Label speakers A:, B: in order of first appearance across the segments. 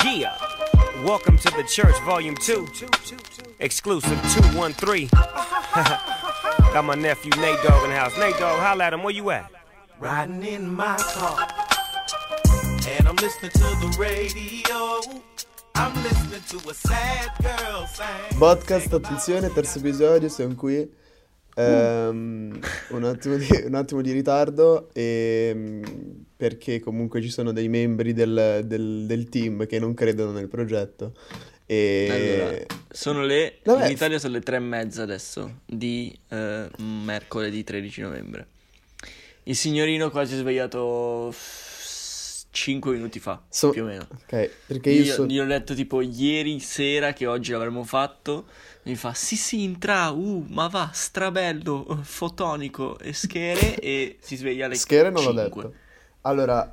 A: Yeah, welcome to the church, volume 2, exclusive 213. Got my nephew Nate Dogg in the house. Nate Dogg, holla at him, where you at?
B: Riding in my car, and I'm listening to the radio. I'm listening to a sad girl sing.
C: Podcast, attenzione, terzo episodio, siamo qui. Un attimo di ritardo perché comunque ci sono dei membri del team che non credono nel progetto.
D: Allora, in
C: Vabbè.
D: Italia sono le 3:30 adesso di mercoledì 13 novembre. Il signorino qua si è svegliato 5 minuti fa, più o meno.
C: Ok, perché
D: Io ho letto tipo ieri sera che oggi l'avremmo fatto. Mi fa sì intra, ma va, strabello, fotonico e schere e si sveglia alle
C: Schere non
D: 5.
C: l'ho detto. Allora,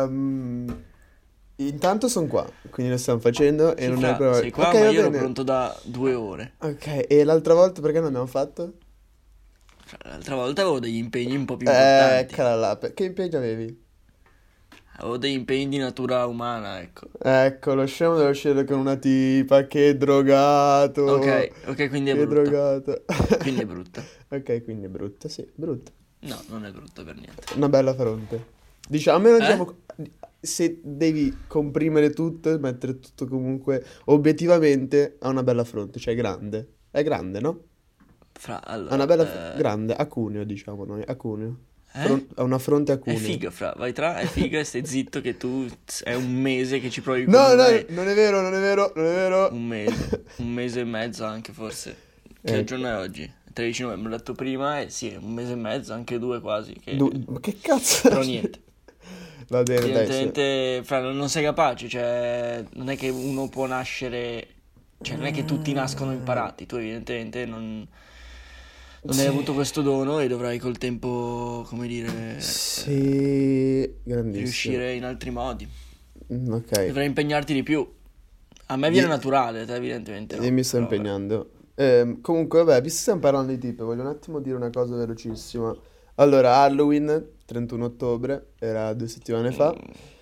C: intanto sono qua, quindi lo stiamo facendo e
D: Sì,
C: non
D: fra,
C: è proprio...
D: sei qua,
C: Ok,
D: ma
C: va
D: io ero
C: bene.
D: pronto da 2 ore.
C: Ok, e l'altra volta perché non abbiamo fatto?
D: L'altra volta avevo degli impegni un po' più importanti.
C: Eccola là, che impegno avevi?
D: Avevo degli impegni di natura umana, ecco.
C: Ecco, lo scemo deve uscire con una tipa, che è drogato.
D: Ok, quindi è
C: Che
D: brutta.
C: drogato.
D: Quindi è brutta.
C: Ok, quindi è brutta, sì, brutta.
D: No, non è brutta per niente.
C: Una bella fronte. Diciamo, se devi comprimere tutto e mettere tutto comunque, obiettivamente ha una bella fronte, cioè è grande. È grande, no?
D: Fra,
C: Ha
D: allora,
C: una bella grande, acuneo diciamo noi, acuneo.
D: Eh?
C: Ha una fronte
D: È
C: acuneo.
D: figa, fra, vai tra, è figa e stai zitto che tu è un mese che ci provi con
C: No,
D: me.
C: non è vero.
D: Un mese e mezzo anche forse. Che
C: Ecco.
D: giorno è oggi? 13 novembre, l'ho detto prima e sì, un mese e mezzo, anche 2 quasi.
C: Ma che cazzo?
D: Però niente.
C: Va bene, dai.
D: Evidentemente, fra, non sei capace, cioè, non è che uno può nascere, cioè, non è che tutti nascono imparati, tu evidentemente non hai avuto questo dono e dovrai col tempo, come dire,
C: Sì, grandissimo.
D: riuscire in altri modi.
C: Ok.
D: Dovrai impegnarti di più. A me viene naturale, te evidentemente no.
C: Io mi sto
D: Però,
C: impegnando. Comunque, vabbè, visto che stiamo parlando di tipe, voglio un attimo dire una cosa velocissima. Allora, Halloween, 31 ottobre, era 2 settimane fa.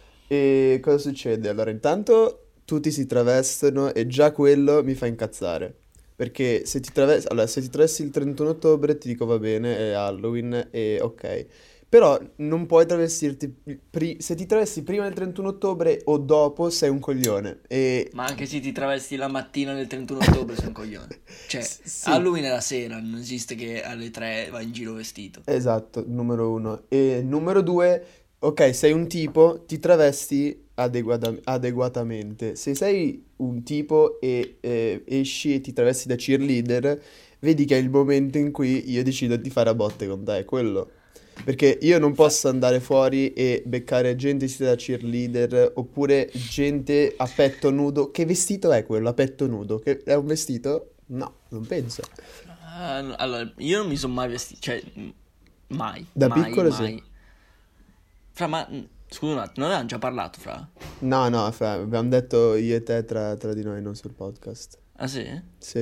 C: E cosa succede? Allora, intanto tutti si travestono e già quello mi fa incazzare. Perché se ti travesti il 31 ottobre ti dico va bene, è Halloween e ok. Però non puoi travestirti, se ti travesti prima del 31 ottobre o dopo sei un coglione. E
D: Ma anche se ti travesti la mattina del 31 ottobre sei un coglione. Cioè,
C: sì.
D: Halloween è la sera, non esiste che alle 3 vai in giro vestito.
C: Esatto, numero uno. E numero due, ok, sei un tipo, ti travesti adeguatamente. Se sei un tipo e esci e ti travesti da cheerleader, vedi che è il momento in cui io decido di fare a botte con te, è quello. Perché io non posso andare fuori e beccare gente vestita da cheerleader oppure gente a petto nudo. Che vestito è quello a petto nudo? Che è un vestito? No, non penso.
D: Allora, io non mi sono mai vestito, cioè, mai.
C: Da
D: mai,
C: piccolo
D: mai.
C: sì.
D: Fra, ma scusa un attimo, non avevamo già parlato, fra?
C: No, abbiamo detto io e te tra di noi, non sul podcast.
D: Ah sì?
C: Sì.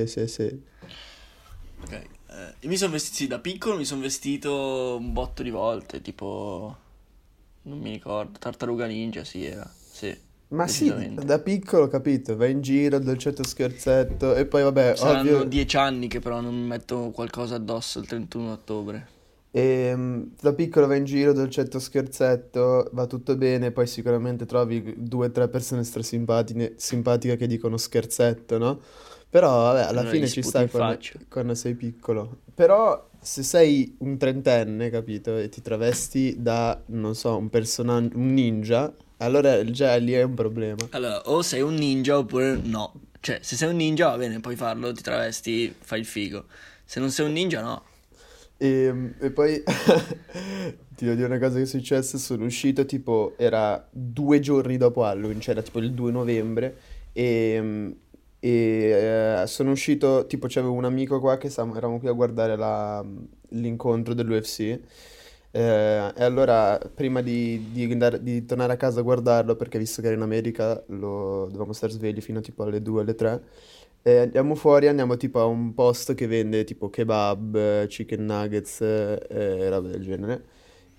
D: Ok. Io mi sono vestito, sì, da piccolo mi sono vestito un botto di volte, tipo, non mi ricordo, Tartaruga Ninja, sì, era, sì,
C: Ma sì,
D: decisamente.
C: da piccolo, capito, vai in giro, dolcetto scherzetto e poi vabbè,
D: Saranno
C: ovvio,
D: 10 anni che però non mi metto qualcosa addosso il 31 ottobre.
C: da piccolo vai in giro, dolcetto scherzetto, va tutto bene, poi sicuramente trovi 2 o 3 persone simpatiche che dicono scherzetto, no? Però vabbè, alla
D: Allora
C: fine
D: gli
C: ci
D: sputi
C: stai
D: in faccia.
C: quando sei piccolo. Però se sei un trentenne, capito, e ti travesti da, non so, un personaggio, un ninja, allora già lì è un problema.
D: Allora, o sei un ninja oppure no. Cioè, se sei un ninja va bene, puoi farlo, ti travesti, fai il figo. Se non sei un ninja, no.
C: E poi ti devo dire una cosa che è successa, sono uscito tipo, era 2 giorni dopo Halloween, cioè era tipo il 2 novembre e sono uscito, tipo c'avevo un amico qua che eravamo qui a guardare l'incontro dell'UFC e allora prima di tornare a casa a guardarlo, perché visto che era in America dovevamo stare svegli fino a tipo alle 2, alle 3. Andiamo fuori, andiamo tipo a un posto che vende tipo kebab, chicken nuggets e roba del genere.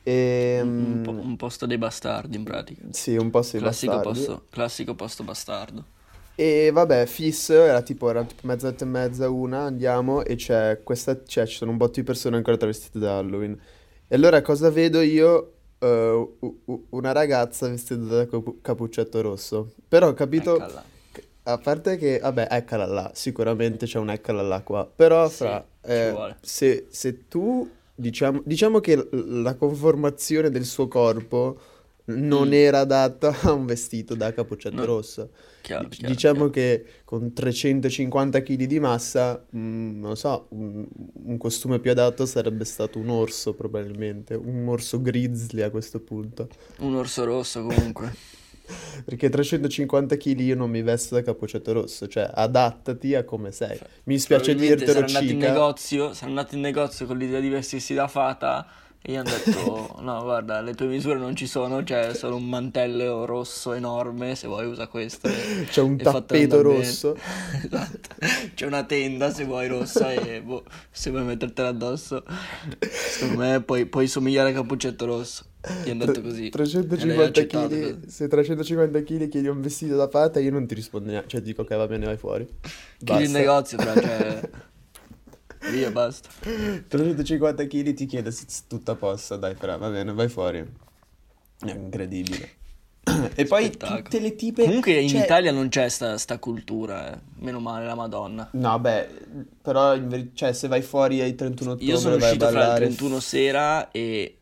C: E,
D: Un posto dei bastardi in pratica.
C: sì, un po' sei bastardi.
D: Classico posto bastardo.
C: E vabbè, fisso, era tipo mezz'ora e mezza, una, andiamo e ci sono un botto di persone ancora travestite da Halloween. E allora cosa vedo io? Una ragazza vestita da cappuccetto rosso. Però ho capito,
D: Eccola.
C: a parte che, vabbè, eccola là, sicuramente c'è un eccola là qua. Però
D: Sì, ci vuole.
C: se tu, diciamo che la conformazione del suo corpo non
D: Mm,
C: era adatta a un vestito da cappuccetto
D: no,
C: rosso.
D: chiaro, chiaro,
C: Diciamo
D: chiaro.
C: che con 350 kg di massa, non so, un costume più adatto sarebbe stato un orso probabilmente, un orso grizzly a questo punto.
D: Un orso rosso comunque.
C: Perché 350 kg io non mi vesto da cappuccetto rosso, cioè adattati a come sei. Mi spiace
D: Probabilmente
C: dirtelo, cica.
D: sarà andato in negozio con l'idea di vestirsi da fata e gli hanno detto no, guarda, le tue misure non ci sono, c'è solo un mantello rosso enorme, se vuoi usa questo
C: C'è un
D: e fatelo
C: tappeto
D: andare bene.
C: rosso.
D: Esatto. C'è una tenda se vuoi rossa e boh, se vuoi mettertela addosso, secondo me puoi somigliare a Cappuccetto Rosso. Gli hanno detto così. E lei ha
C: 350
D: accettato
C: kg,
D: così.
C: se 350 kg chiedi un vestito da fata, io non ti rispondo neanche, cioè dico che va bene, vai fuori.
D: Chiudi il
C: Basta.
D: negozio, cioè, via, basta.
C: 350 kg ti chiedo se tutto a posto, dai, però va bene, vai fuori. È incredibile. E poi
D: Spettacolo.
C: tutte le tipe,
D: Comunque in
C: cioè,
D: Italia non c'è sta cultura, eh. Meno male, la Madonna.
C: no, beh, però cioè, se vai fuori ai 31
D: Io sono
C: ottobre vai a
D: uscito fra il
C: ballare,
D: 31 sera e...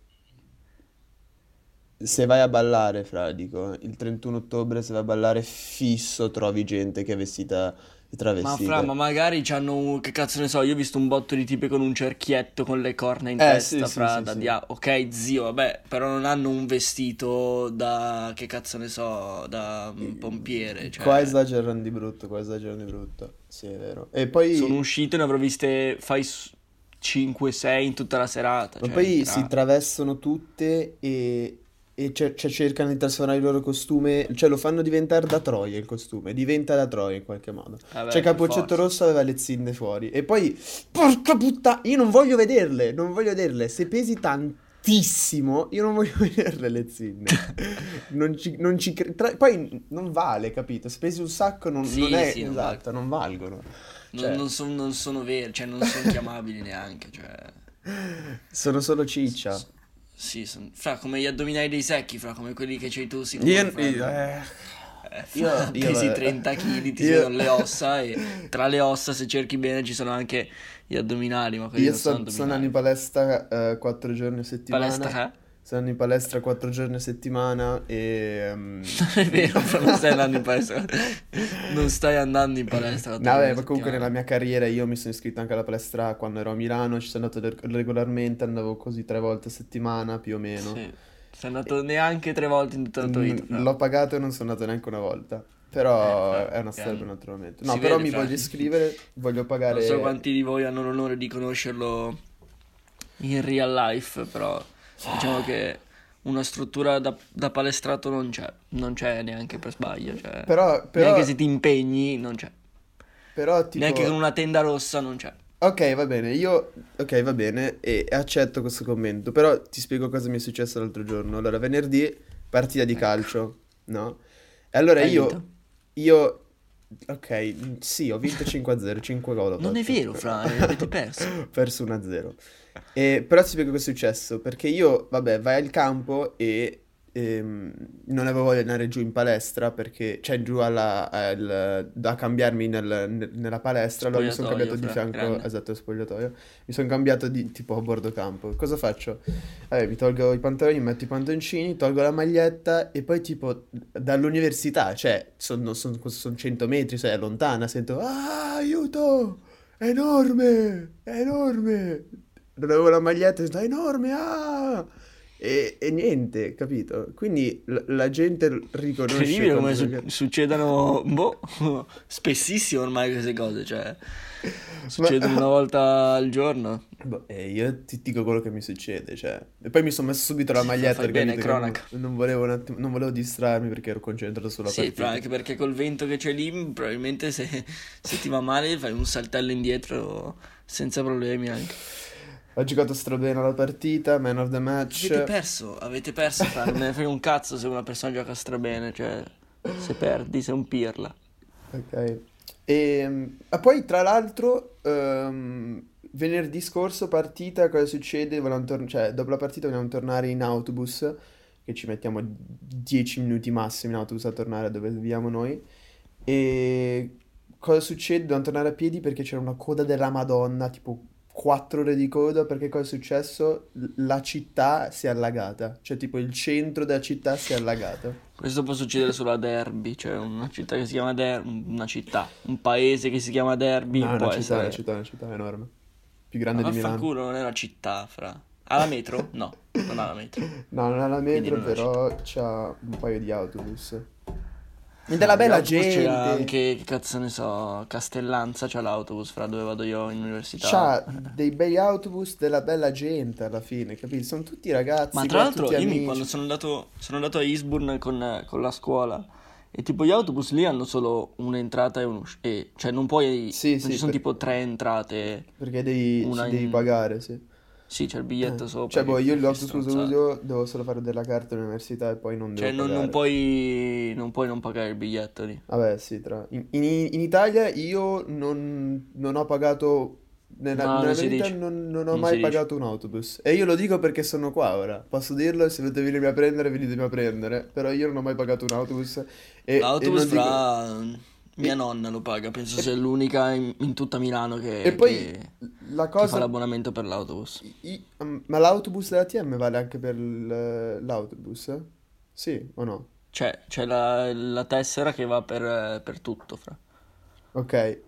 C: se vai a ballare, fra, dico, il 31 ottobre se vai a ballare fisso trovi gente che è vestita di
D: Ma fra,
C: travestite.
D: ma magari c'hanno che cazzo ne so, io ho visto un botto di tipe con un cerchietto con le corna in
C: Sì,
D: testa,
C: sì,
D: fra,
C: sì,
D: da
C: sì.
D: ok, zio, vabbè, però non hanno un vestito da, che cazzo ne so, da pompiere,
C: Qua
D: cioè...
C: esagerano di brutto, qua esagerano di brutto. Sì, è vero. E
D: Sono
C: poi,
D: uscito e ne avrò viste, 5-6 in tutta la serata,
C: ma
D: cioè,
C: poi si
D: grave.
C: travestono tutte e cercano di trasformare il loro costume, cioè lo fanno diventare da Troia il costume, diventa da Troia in qualche modo. Cioè
D: Vabbè, per
C: Cappuccetto
D: forza.
C: Rosso aveva le zinne fuori e poi, porca puttana, io non voglio vederle, non voglio vederle. Se pesi tantissimo, io non voglio vederle le zinne. Poi non vale, capito? Se pesi un sacco non
D: Sì,
C: è
D: sì, non vale.
C: esatto, non valgono.
D: Non,
C: Cioè,
D: non sono veri, cioè non sono chiamabili neanche, cioè...
C: sono solo
D: s-
C: ciccia.
D: s- Sì, fra come gli addominali dei secchi, fra come quelli che c'hai tu sicuro,
C: Io,
D: fra,
C: io,
D: pesi 30 kg, ti si
C: io,
D: vedono le ossa e tra le ossa se cerchi bene ci sono anche gli addominali, ma quelli
C: io
D: non sono
C: sto andando in
D: addominali.
C: palestra 4 giorni a settimana.
D: Palestra?
C: Sto andando in palestra 4 giorni a settimana e...
D: Non è vero, fra, non stai andando in palestra. Non stai andando in palestra 4
C: No,
D: giorni
C: vabbè,
D: a
C: ma comunque nella
D: settimana.
C: mia carriera io mi sono iscritto anche alla palestra quando ero a Milano, ci sono andato regolarmente, andavo così 3 volte a settimana più o meno.
D: Sì, sei andato neanche 3 volte in tutta la tua vita, fra.
C: L'ho pagato e non sono andato neanche una volta, però
D: Fra,
C: è una storia per
D: grande.
C: un altro momento.
D: Si
C: No, però
D: vede,
C: mi
D: fra.
C: voglio iscrivere, voglio
D: Non so
C: pagare...
D: quanti di voi hanno l'onore di conoscerlo in real life, però diciamo che una struttura da palestrato non c'è neanche per sbaglio, cioè neanche se ti impegni non c'è,
C: però
D: neanche con
C: tipo...
D: una tenda rossa non c'è.
C: Ok, va bene, ok, va bene, e accetto questo commento, però ti spiego cosa mi è successo l'altro giorno. Allora, venerdì, partita di
D: Ecco,
C: calcio, no? E allora
D: hai vinto?
C: io, ok, sì, ho vinto 5-0, 5 gol ho
D: Non è
C: fatto.
D: vero, fra, avete perso.
C: Ho perso 1-0. Però ti spiego cosa è successo, perché io, vabbè, vai al campo e non avevo voglia di andare giù in palestra, perché, cioè giù da cambiarmi nella palestra, allora mi sono cambiato
D: Spogliatoio,
C: di
D: fra,
C: fianco,
D: grande.
C: esatto, spogliatoio, mi sono cambiato di tipo a bordo campo. Cosa faccio? Vabbè, mi tolgo i pantaloni, mi metto i pantaloncini, tolgo la maglietta e poi tipo dall'università, cioè sono 100 metri, sai, è lontana, sento, ah, aiuto! È enorme! È enorme! Non avevo la maglietta, sento, è enorme! Ah! E niente, capito? Quindi la gente riconosce
D: Incredibile come
C: quando...
D: succedano, boh, spessissimo ormai queste cose, cioè
C: Ma...
D: succedono una volta al giorno.
C: Boh, io ti dico quello che mi succede, cioè... E poi mi sono messo subito la maglietta,
D: Fai bene,
C: capito? Che
D: cronaca.
C: non volevo non volevo distrarmi perché ero concentrato sulla
D: Sì,
C: partita.
D: anche perché col vento che c'è lì, probabilmente se ti va male fai un saltello indietro senza problemi anche.
C: Ha giocato strabene la partita, man of the match.
D: Avete perso, fra, non me ne frega un cazzo se una persona gioca strabene, cioè, se perdi sei un pirla.
C: Ok. Poi tra l'altro venerdì scorso partita, cosa succede? Cioè, dopo la partita vogliamo tornare in autobus, che ci mettiamo 10 minuti massimo in autobus a tornare dove viviamo noi. E cosa succede? Dobbiamo tornare a piedi perché c'era una coda della Madonna, tipo 4 ore di coda, perché cosa è successo? La città si è allagata, cioè tipo il centro della città si è allagato.
D: Questo può succedere solo a Derby, cioè una città che si chiama Derby, un paese che si chiama Derby,
C: No, è
D: può
C: una città,
D: essere...
C: è una città enorme, più grande di Milano.
D: Vaffanculo, non è una città, fra. Ha la metro? No, non ha la metro.
C: No, non ha la
D: Quindi
C: metro,
D: non è una
C: però c'ha un paio di autobus. E della bella
D: L'autobus
C: gente.
D: c'era anche, che cazzo ne so, Castellanza c'ha l'autobus, fra dove vado io in università.
C: C'ha dei bei autobus della bella gente alla fine, capito? Sono tutti ragazzi,
D: Ma tra l'altro
C: tutti
D: io
C: amici.
D: quando sono andato a Eastbourne con la scuola e tipo gli autobus lì hanno solo un'entrata e un'uscita, cioè non puoi,
C: Sì,
D: non
C: sì,
D: ci sono tipo 3 entrate,
C: Perché
D: una
C: ci devi
D: in...
C: pagare, sì.
D: Sì, c'è il biglietto sopra.
C: Cioè, boh,
D: che
C: io
D: che
C: l'autobus
D: stronzate.
C: uso, devo solo fare della carta all'università e poi non devo
D: Cioè non
C: pagare.
D: puoi non pagare il biglietto lì.
C: Vabbè, sì, in Italia io non ho pagato,
D: No,
C: nella
D: non
C: mia
D: si
C: vita
D: dice.
C: non ho
D: Non
C: mai
D: si dice.
C: pagato un autobus. E io lo dico perché sono qua ora. Posso dirlo, se volete venirmi a prendere, venitemi a prendere. Però io non ho mai pagato un autobus. E
D: L'autobus
C: non dico...
D: fra mia
C: e-
D: nonna lo paga, penso sia l'unica in tutta Milano
C: E poi la
D: che fa
C: cosa...
D: l'abbonamento per l'autobus.
C: Ma l'autobus della TM vale anche per l'autobus? Sì o no?
D: C'è la tessera che va per tutto, fra.
C: Ok,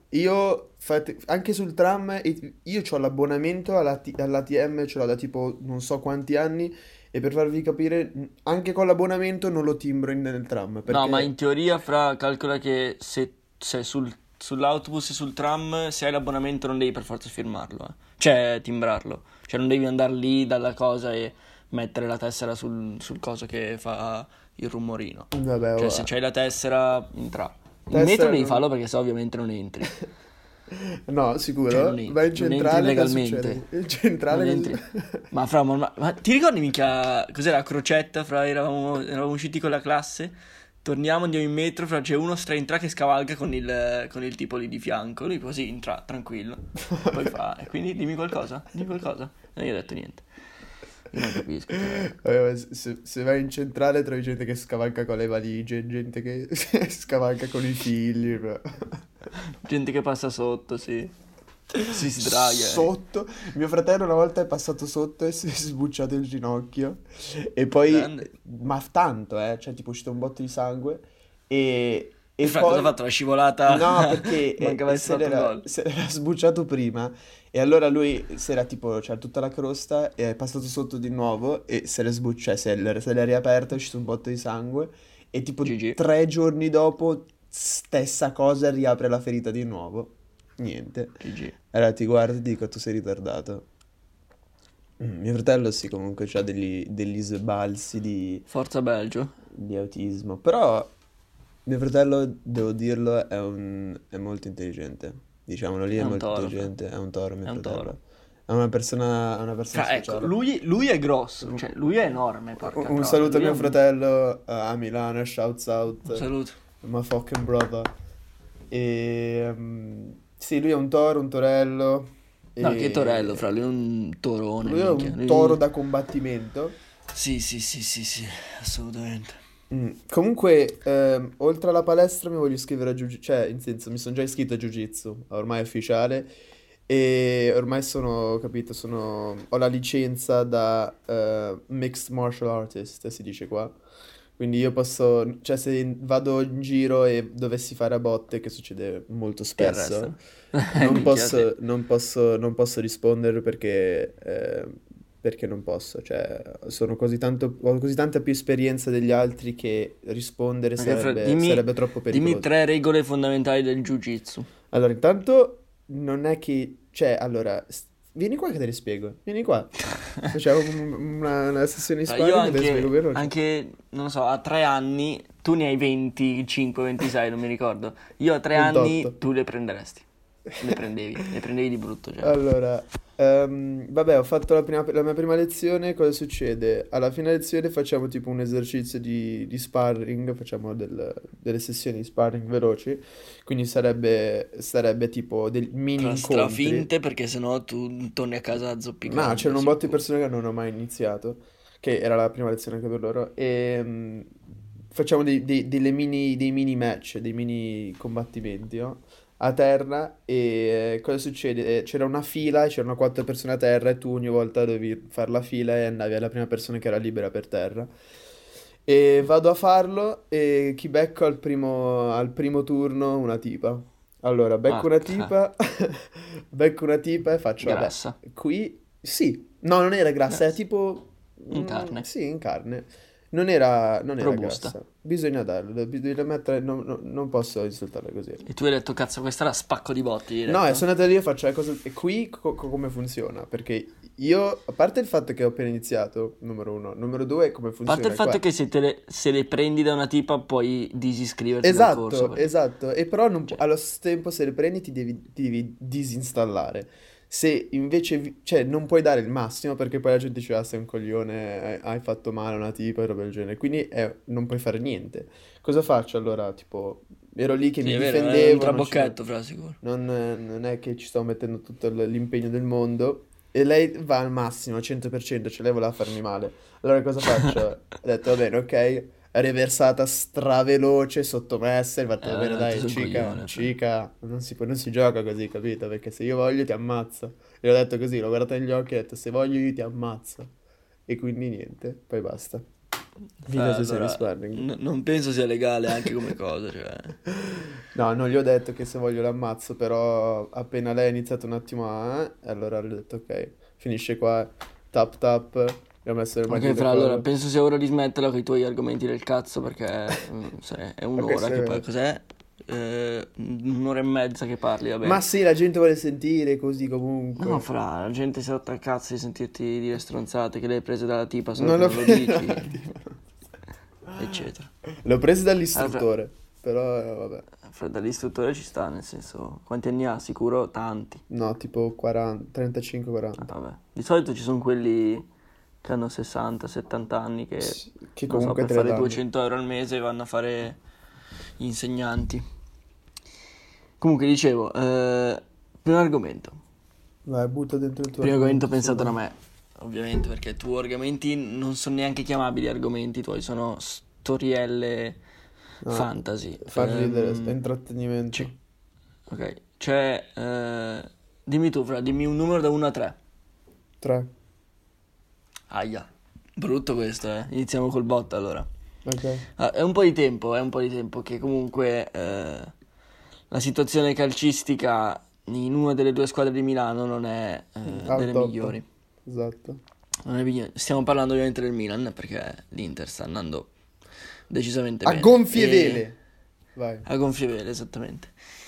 C: anche sul tram, io ho l'abbonamento all'ATM, ce l'ho da tipo non so quanti anni, e per farvi capire, anche con l'abbonamento non lo timbro nel tram,
D: No, ma
C: perché...
D: in teoria, fra, calcola che se sull'autobus e sul tram, se hai l'abbonamento non devi per forza firmarlo, eh. Cioè, timbrarlo. Cioè, non devi andare lì dalla cosa e mettere la tessera sul coso che fa il rumorino.
C: Vabbè,
D: Cioè, se c'hai la tessera, entra. In metro
C: Tessera
D: devi
C: non-
D: farlo perché se ovviamente non entri.
C: No,
D: Cioè,
C: sicuro?
D: non
C: Vai in
D: entri
C: centrale, cosa
D: legalmente.
C: succede? In centrale
D: Non
C: cosa
D: entri.
C: succede?
D: Ma fra, ma ti ricordi minchia cos'era Crocetta? Fra, eravamo usciti con la classe, torniamo, andiamo in metro, fra c'è uno entra che scavalca con il tipo lì di fianco. Lui così entra, tranquillo. Poi fa, e quindi dimmi qualcosa? Dimmi qualcosa? Non gli ho detto niente. Io non capisco. Cioè.
C: Vabbè, ma se vai in centrale trovi gente che scavalca con le valigie, gente che scavalca con i figli.
D: Gente che passa sotto, sì. Si sdraia.
C: Sotto. Mio fratello una volta è passato sotto e si è sbucciato il ginocchio. E poi...
D: Grande.
C: Ma tanto, cioè tipo è uscito un botto di sangue. E
D: Fra,
C: poi...
D: cosa ha fatto? La scivolata?
C: No, perché
D: Mancava il
C: se
D: salto gol.
C: l'era sbucciato prima e allora lui si era tipo, c'era tutta la crosta e è passato sotto di nuovo e se l'è sbucciato, se l'è riaperta, è uscito un botto di sangue e tipo
D: GG.
C: 3 giorni dopo stessa cosa riapre la ferita di nuovo. Niente.
D: GG.
C: Allora ti guardo e dico tu sei ritardato. Mio fratello sì, comunque c'ha degli sbalzi
D: Forza Belgio.
C: di autismo, però mio fratello, devo dirlo, è molto intelligente. Diciamolo lì,
D: È
C: è
D: un
C: molto
D: toro,
C: intelligente, è un toro mio
D: È un
C: fratello.
D: toro.
C: È una persona
D: Fra, ecco,
C: speciale.
D: lui è grosso, cioè lui è enorme, porca
C: Un
D: troia.
C: saluto a
D: Lui è
C: mio fratello a Milano, shouts out,
D: Un saluto.
C: my fucking brother. Sì, lui è un toro, un torello.
D: No,
C: e-
D: che torello, fra, lui è un torone,
C: Lui è
D: minchia.
C: un
D: Lui-
C: toro da combattimento.
D: Sì, assolutamente.
C: Comunque, oltre alla palestra mi voglio iscrivere a Jiu-Jitsu, cioè, in senso, mi sono già iscritto a Jiu-Jitsu, ormai è ufficiale, e ormai capito, ho la licenza da Mixed Martial Artist, si dice qua. Quindi io posso, cioè se vado in giro e dovessi fare a botte, che succede molto
D: Ti
C: spesso,
D: arrestano.
C: non
D: Minchia, sì.
C: non posso rispondere perché non posso, cioè ho così tanta più esperienza degli altri che rispondere
D: Perché, fra,
C: sarebbe troppo
D: dimmi
C: pericoloso.
D: 3 regole fondamentali del Jiu-Jitsu.
C: Allora, intanto non è che, cioè, allora, vieni qua che te le spiego, vieni qua. Facciamo una sessione di
D: Fra, io
C: sparring e te le spiego veloce.
D: anche, non lo so, a 3 anni, tu ne hai 25, 26, non mi ricordo. Io a 3 anni
C: 28.
D: tu le prenderesti. le prendevi di brutto, cioè.
C: Allora, vabbè, ho fatto la mia prima lezione, cosa succede? Alla fine lezione facciamo tipo un esercizio di sparring, facciamo delle sessioni di sparring veloci, quindi sarebbe tipo dei mini
D: Fra
C: incontri.
D: strafinte perché sennò tu torni a casa zoppicando.
C: No, c'erano un botto di
D: sicuro.
C: persone che non ho mai iniziato, che era la prima lezione anche per loro, e facciamo dei mini match, dei mini combattimenti, no? A terra e cosa succede? C'era una fila e c'erano 4 persone a terra e tu ogni volta dovevi fare la fila e andavi alla prima persona che era libera per terra. E vado a farlo e chi becco al primo turno una tipa. Allora, becco
D: Ah,
C: una tipa, becco una tipa e faccio, vabbè,
D: grassa.
C: qui sì. No, non era grassa, era
D: Grassa.
C: tipo...
D: In carne.
C: sì, in carne. Non era
D: Robusta.
C: grassa. Bisogna darlo, bisogna mettere... non posso insultarla così.
D: E tu hai detto, cazzo, questa la spacco di botti, hai
C: No, e
D: detto?
C: sono andato lì e faccio e qui come funziona? Perché io, a parte il fatto che ho appena iniziato, numero uno, numero due, come
D: A parte
C: funziona
D: il fatto
C: qua.
D: che se le prendi da una tipa puoi disiscriverti dal corso.
C: Esatto,
D: Perché...
C: esatto. E però
D: Cioè,
C: allo stesso tempo se le prendi ti devi disinstallare. Se invece, cioè, non puoi dare il massimo perché poi la gente dice, ah, sei un coglione, hai fatto male a una tipa e roba del genere. Quindi non puoi fare niente. Cosa faccio allora? Tipo, ero lì che
D: sì,
C: mi
D: è vero, è un
C: difendevo,
D: trabocchetto, fra sicuro.
C: non è che ci sto mettendo tutto l'impegno del mondo. E lei va al massimo, al 100%, cioè lei voleva farmi male. Allora cosa faccio? Ho detto, va bene, ok. Reversata straveloce, sottomessa, e ho fatto, va bene,
D: Tu
C: dai,
D: sei un
C: cica,
D: coglione, fra.
C: cica, non si gioca così, capito? Perché se io voglio ti ammazzo. E l'ho detto così, l'ho guardato negli occhi e ho detto, se voglio io ti ammazzo. E quindi niente, poi basta. Fine sessione di
D: Allora,
C: sparring.
D: non penso sia legale anche come cosa, cioè...
C: No, non gli ho detto che se voglio l'ammazzo, però appena lei ha iniziato un attimo e allora gli ho detto ok, finisce qua, tap tap, gli ho messo le mani
D: Ok,
C: nelle
D: fra, allora,
C: cose.
D: penso sia ora di smetterla con i tuoi argomenti del cazzo perché è
C: Ok,
D: un'ora che poi cos'è? Un'ora e mezza che parli, va
C: Ma
D: bene.
C: sì, la gente vuole sentire così
D: No,
C: comunque.
D: fra, la gente si è rotta il cazzo di sentirti dire stronzate che le hai prese dalla tipa solo
C: Non
D: che
C: l'ho
D: non lo
C: preso
D: dici, eccetera.
C: L'ho preso
D: Allora,
C: dall'istruttore, però vabbè.
D: fra, dall'istruttore ci sta, nel senso, quanti anni ha? Sicuro tanti.
C: No, tipo 40, 35-40.
D: Vabbè. Di solito ci sono quelli che hanno 60-70 anni che,
C: Che
D: non so,
C: comunque
D: per
C: te le
D: fare
C: danno.
D: 200 euro al mese vanno a fare gli insegnanti. Comunque, dicevo, primo argomento.
C: Vai, butta dentro il tuo
D: Primo argomento
C: argomento,
D: pensato da
C: vai.
D: me, ovviamente, perché i tuoi argomenti non sono neanche chiamabili argomenti tuoi, sono storielle
C: No,
D: fantasy.
C: far ridere, è
D: C'è-
C: intrattenimento.
D: ok, c'è... dimmi tu, Fra, dimmi un numero da 1 a 3.
C: 3,
D: Aia, brutto questo, eh. Iniziamo col botto allora.
C: ok.
D: Ah, è un po' di tempo che comunque la situazione calcistica in una delle due squadre di Milano non è
C: Al
D: delle
C: top.
D: migliori.
C: Esatto.
D: Non è migliore. Stiamo parlando ovviamente del Milan perché l'Inter sta andando decisamente
C: A
D: bene.
C: gonfie
D: E-
C: vele. Vai.
D: A gonfie vele, esattamente.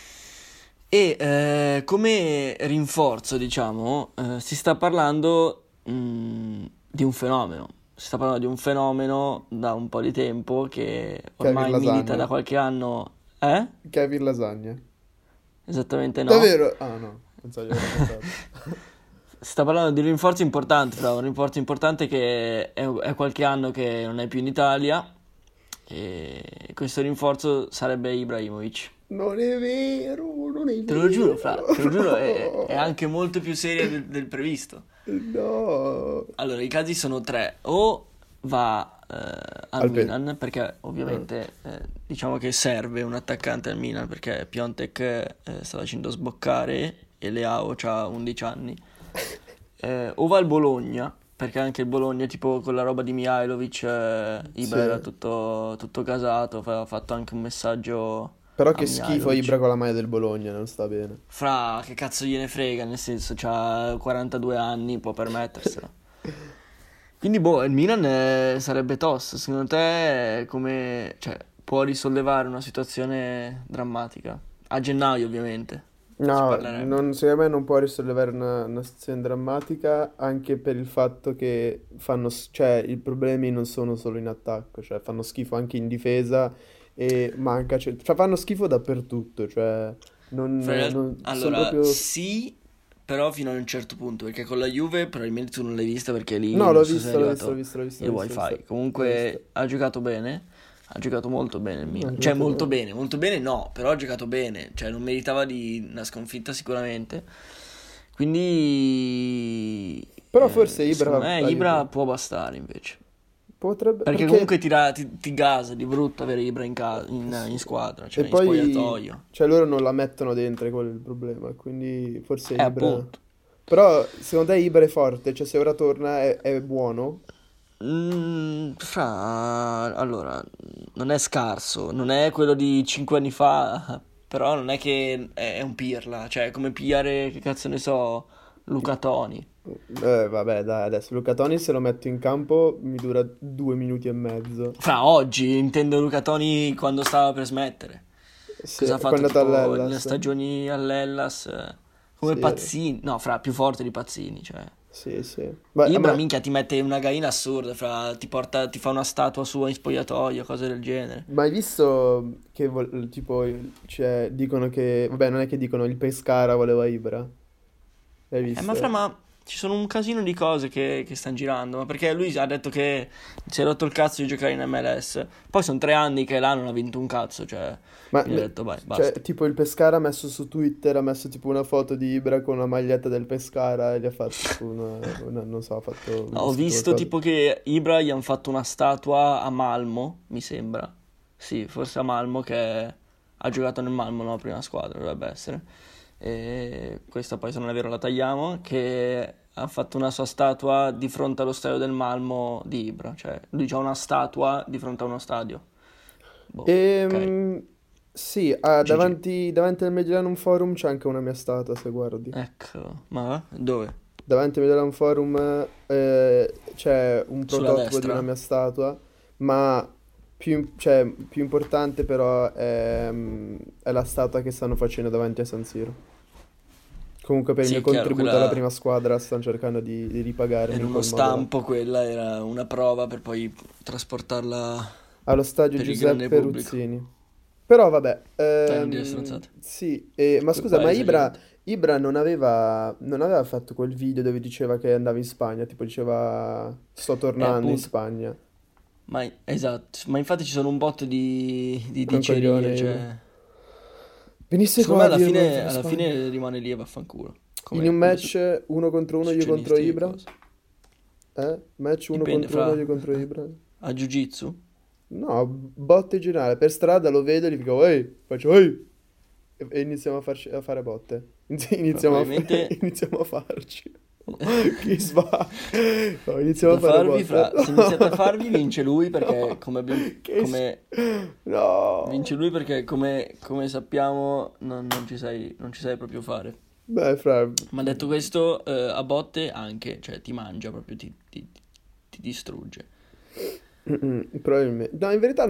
D: E come rinforzo, diciamo, si sta parlando di un fenomeno. Si sta parlando di un fenomeno da un po' di tempo che ormai
C: Kevin
D: milita
C: Lasagna.
D: da qualche anno. Eh?
C: Kevin Lasagna.
D: Esattamente no.
C: Davvero? Ah no, non so, io l'ho pensato.
D: Si sta parlando di un rinforzo importante, fra un rinforzo importante che è qualche anno che non è più in Italia. E questo rinforzo sarebbe Ibrahimovic.
C: Non è vero, non è
D: Te lo giuro,
C: vero.
D: fra, te lo giuro, è anche molto più seria del previsto.
C: No.
D: Allora, i casi sono tre. O va al
C: Al
D: Milan, perché ovviamente diciamo che serve un attaccante al Milan, perché Piontek sta facendo sboccare e Leao ha 11 anni. O va al Bologna, perché anche il Bologna, tipo con la roba di Mihajlovic, Ibra era
C: Sì.
D: tutto casato, ha fatto anche un messaggio
C: Però
D: a
C: che schifo
D: Mihajlovic.
C: Ibra con la maglia del Bologna, non sta bene.
D: Fra, che cazzo gliene frega, nel senso, c'ha 42 anni, può permetterselo. Quindi, boh, il Milan sarebbe tosto. Secondo te, come, cioè, può risollevare una situazione drammatica? A gennaio, ovviamente. Si
C: No,
D: parlerebbe.
C: secondo me non può risollevare una situazione drammatica anche per il fatto che cioè, i problemi non sono solo in attacco, cioè fanno schifo anche in difesa e manca, cioè fanno schifo dappertutto, cioè Sono
D: Allora,
C: proprio...
D: sì, però fino a un certo punto, perché con la Juve probabilmente tu non l'hai vista perché lì
C: No,
D: non so se è
C: l'ho
D: arrivato
C: visto,
D: il
C: l'ho
D: wifi.
C: visto.
D: Comunque ha giocato bene, ha giocato molto bene il
C: Ha
D: Milan. Cioè
C: giocato bene.
D: molto bene no, però ha giocato bene, cioè non meritava di una sconfitta sicuramente. Quindi
C: Però forse
D: secondo
C: Ibra
D: me Ibra può bastare invece.
C: potrebbe...
D: Perché
C: Perché...
D: comunque ti gasa di brutto avere Ibra in squadra,
C: E
D: cioè in
C: poi...
D: spogliatoio.
C: Cioè loro non la mettono dentro, è quello il problema. Quindi forse Ibra...
D: Appunto.
C: Però secondo te Ibra è forte? Cioè se ora torna è buono?
D: Allora, non è scarso, non è quello di 5 anni fa, però non è che è un pirla, cioè è come pigliare, che cazzo ne so, Luca Toni.
C: Vabbè, dai, adesso Luca Toni se lo metto in campo mi dura 2 minuti e mezzo.
D: Oggi intendo Luca Toni quando stava per smettere.
C: Sì,
D: Cosa ha fatto
C: quando è andato
D: tipo le
C: all'Hellas.
D: stagioni all'Hellas, come
C: Sì,
D: Pazzini, no, più forte di Pazzini, cioè.
C: sì, sì.
D: Ibra,
C: Ma
D: minchia, ti mette una gaina assurda, ti fa una statua sua in spogliatoio, cose del genere.
C: hai visto che tipo, cioè, dicono che... Vabbè, non è che dicono il Pescara voleva Ibra. L'hai visto?
D: Ma ci sono un casino di cose che stanno girando, ma perché lui ha detto che si è rotto il cazzo di giocare in MLS. Poi sono 3 anni che là non ha vinto un cazzo, cioè,
C: Ma,
D: quindi ha detto, vai,
C: cioè,
D: basta.
C: tipo il Pescara ha messo su Twitter, ha messo tipo una foto di Ibra con una maglietta del Pescara e gli ha fatto tipo non so, ha fatto
D: No, ho
C: scritto
D: visto
C: qualcosa.
D: tipo che Ibra gli hanno fatto una statua a Malmo, mi sembra. Sì, forse a Malmo, che ha giocato nel Malmo, no, prima squadra, dovrebbe essere. E questa poi se non è vero la tagliamo, che ha fatto una sua statua di fronte allo stadio del Malmo di Ibra, cioè lui c'ha una statua di fronte a uno stadio. Boh, ok,
C: Sì,
D: GG.
C: davanti al Mediolanum Forum c'è anche una mia statua, se guardi.
D: Ecco, ma va? Dove?
C: Davanti al Mediolanum Forum c'è un
D: Sulla
C: prototipo di una
D: destra?
C: mia statua, ma cioè, più importante però è la statua che stanno facendo davanti a San Siro. Comunque per il mio
D: Sì, chiaro,
C: contributo alla
D: quella
C: prima squadra stanno cercando di ripagarmi
D: era
C: in
D: uno
C: quel modo là.
D: stampo, quella era una prova per poi trasportarla
C: Allo stadio
D: per il grande
C: Giuseppe
D: pubblico.
C: Ruzzini. Però vabbè,
D: Prendi le stronzate.
C: sì, ma scusa,
D: Vai,
C: ma
D: esagerato.
C: Ibra non aveva fatto quel video dove diceva che andava in Spagna, tipo diceva sto tornando in
D: Appunto.
C: Spagna.
D: Esatto, ma infatti ci sono un botto di
C: Che è un coglione
D: dicerie,
C: Ibra.
D: cioè...
C: Venisse
D: Secondo
C: qua
D: me
C: a dirlo che va in
D: alla
C: Spagna.
D: fine rimane lì e vaffanculo,
C: In un
D: come
C: match uno contro uno io contro
D: successionisti e
C: Ibra?
D: cose.
C: Match uno
D: Dipende,
C: contro uno io contro Ibra?
D: a Jiu-Jitsu?
C: No, botte in generale. Per strada lo vedo e gli dico, ehi, faccio, ehi! E iniziamo a fare botte.
D: Probabilmente
C: Iniziamo a farci. Chi sbaglia? No, iniziamo a
D: da
C: fare
D: farvi,
C: botte.
D: se iniziate a farvi vince lui
C: No,
D: perché come,
C: che
D: vince
C: no.
D: lui perché come sappiamo non ci sai proprio fare.
C: Beh, fra...
D: Ma detto questo, a botte anche, cioè ti mangia proprio, ti distrugge.
C: Probabilmente. No, in verità...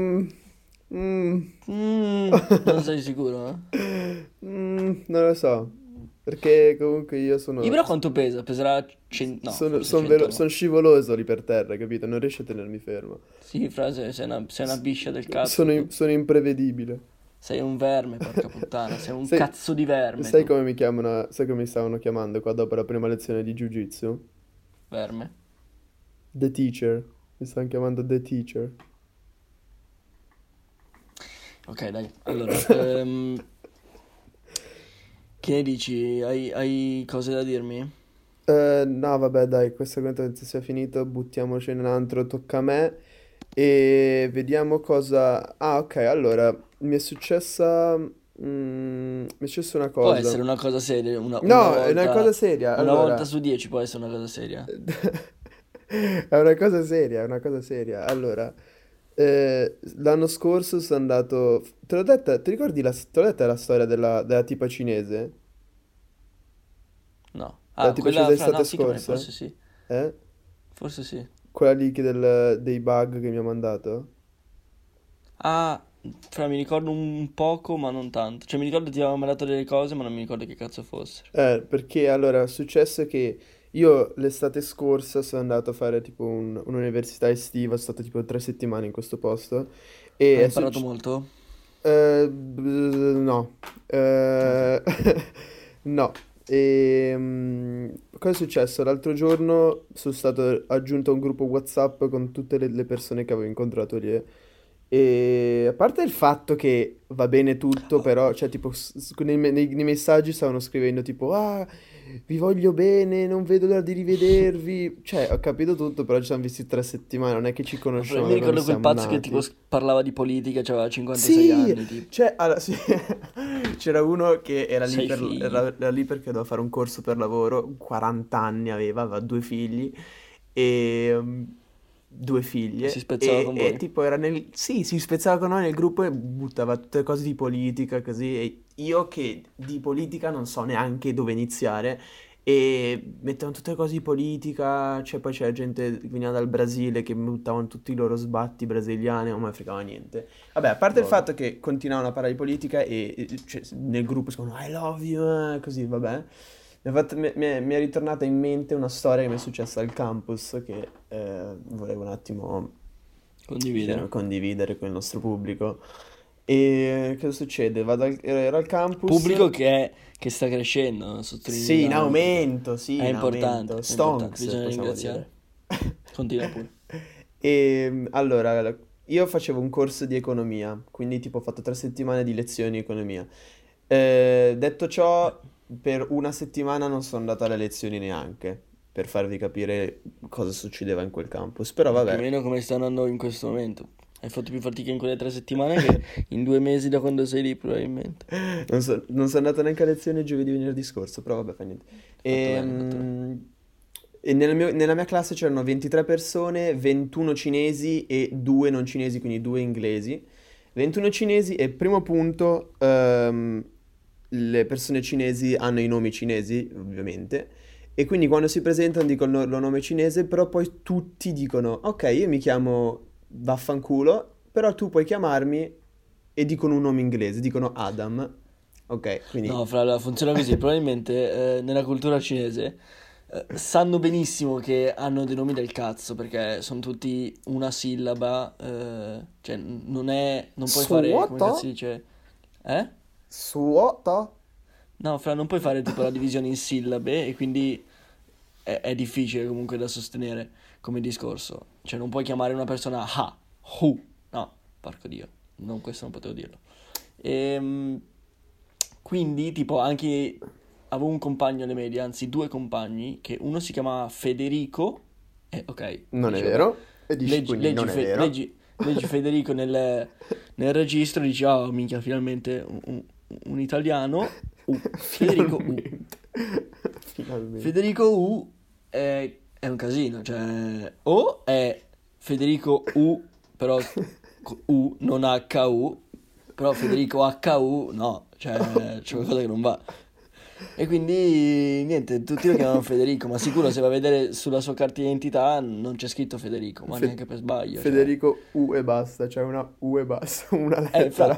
C: mm,
D: Non sei sicuro, eh?
C: non lo so. Perché comunque io sono...
D: Ibra quanto pesa? Peserà no, forse 100 no.
C: Sono scivoloso lì per terra, capito? Non riesco a tenermi fermo.
D: Sì, frase, sei una biscia del cazzo
C: Sono,
D: tu.
C: sono imprevedibile.
D: Sei un verme, porca puttana, sei un
C: Sai,
D: cazzo di verme
C: sai
D: tu.
C: come mi chiamano? Sai come mi stavano chiamando qua dopo la prima lezione di Jiu-Jitsu?
D: Verme.
C: The Teacher. Mi stavano chiamando The Teacher.
D: Ok, dai. Allora, che ne dici? Hai cose da dirmi?
C: No, vabbè, dai, questo argomento penso sia finito. Buttiamoci in un altro, tocca a me. E vediamo cosa... Ah, ok, allora, mi è successa una
D: Può
C: cosa.
D: essere una cosa seria, una
C: No, è una cosa
D: volta,
C: seria.
D: una volta
C: Allora,
D: su 10 può essere una cosa seria.
C: è una cosa seria, è una cosa seria. Allora, l'anno scorso sono andato... Te l'ho detta, ti ricordi te l'ho detta la storia della tipa cinese?
D: No.
C: La
D: Ah,
C: tipa cinese
D: no,
C: l'estate
D: sì, che
C: scorsa?
D: forse sì.
C: Eh?
D: Forse sì.
C: Quella lì dei bug che mi ha mandato?
D: Ah, mi ricordo un poco, ma non tanto. Cioè, mi ricordo che ti avevamo mandato delle cose, ma non mi ricordo che cazzo fossero.
C: Perché allora è successo che io l'estate scorsa sono andato a fare tipo un'università estiva, sono stato tipo 3 settimane in questo posto e
D: Hai imparato molto?
C: No.
D: Ok.
C: No. Cosa è successo? L'altro giorno sono stato aggiunto a un gruppo WhatsApp con tutte le persone che avevo incontrato lì. E a parte il fatto che va bene tutto, però, cioè, tipo, nei messaggi stavano scrivendo tipo, ah, vi voglio bene, non vedo l'ora di rivedervi. Cioè, ho capito tutto, però ci siamo visti 3 settimane, non è che ci
D: No, però
C: conosciamo
D: mi
C: da quando
D: ricordo quel
C: siamo
D: pazzo che tipo
C: nati.
D: parlava di politica, aveva 56
C: Sì,
D: anni, tipo.
C: cioè, allora, sì. C'era uno che
D: Sei figli.
C: era lì perché doveva fare un corso per lavoro, 40 anni aveva 2 figli e 2 figlie
D: Si spezzava con
C: e
D: voi.
C: tipo era nel... Sì, si spezzava con noi nel gruppo e buttava tutte cose di politica così e io che di politica non so neanche dove iniziare e mettevano tutte cose di politica, cioè poi c'era gente che veniva dal Brasile che buttavano tutti i loro sbatti brasiliani, non me ne fregava niente. Vabbè, a parte il
D: Lol.
C: fatto che continuavano a parlare di politica cioè, nel gruppo si dicono I love you, così, vabbè. Mi è ritornata in mente una storia che mi è successa al campus che volevo un attimo
D: Condividere.
C: condividere con il nostro pubblico. E cosa succede? Ero al campus.
D: Pubblico che sta crescendo, sottolineiamo, perché
C: Sì,
D: è
C: in
D: importante,
C: aumento.
D: è importante,
C: Stonks,
D: bisogna
C: possiamo
D: ringraziare.
C: dire.
D: Continua pure.
C: E allora, io facevo un corso di economia, quindi tipo ho fatto 3 settimane di lezioni di economia. Detto ciò, per una settimana non sono andato alle lezioni neanche, per farvi capire cosa succedeva in quel campus. Però
D: Più o
C: vabbè,
D: meno come sta andando in questo momento. Hai fatto più fatica in quelle 3 settimane che in 2 mesi da quando sei lì, probabilmente.
C: non sono andato neanche a lezione giovedì e venerdì scorso, però vabbè, fa niente.
D: Fatto bene, fatto bene.
C: E nella mia classe c'erano 23 persone, 21 cinesi e 2 non cinesi, quindi 2 inglesi. 21 cinesi e primo punto, le persone cinesi hanno i nomi cinesi, ovviamente, e quindi quando si presentano dicono il loro nome cinese, però poi tutti dicono, ok, io mi chiamo vaffanculo, però tu puoi chiamarmi e dicono un nome inglese, dicono Adam. Ok, quindi
D: No, fra la funziona così, probabilmente nella cultura cinese sanno benissimo che hanno dei nomi del cazzo perché sono tutti una sillaba, cioè non puoi fare, come cazzo si
C: Suoto?
D: dice? Eh?
C: Suoto?
D: No, fra non puoi fare tipo la divisione in sillabe e quindi è difficile comunque da sostenere come discorso. Cioè non puoi chiamare una persona ha, hu, no, porco Dio, non, questo non potevo dirlo. Ehm, quindi tipo anche avevo un compagno alle medie, anzi due compagni, che uno si chiamava Federico, e ok,
C: Non è
D: dici vabbè,
C: vero? E dici quindi non è vero?
D: leggi Federico nel registro e dici oh minchia finalmente un italiano, Federico U.
C: Finalmente. Finalmente.
D: Federico U è un casino, cioè o è Federico U, però U, non HU, però Federico HU no, cioè c'è qualcosa che non va. E quindi niente, tutti lo chiamano Federico, ma sicuro se va a vedere sulla sua carta di identità non c'è scritto Federico, ma
C: Fe-
D: neanche per sbaglio, cioè.
C: Federico U e basta, cioè una U e basta, una lettera.
D: Fra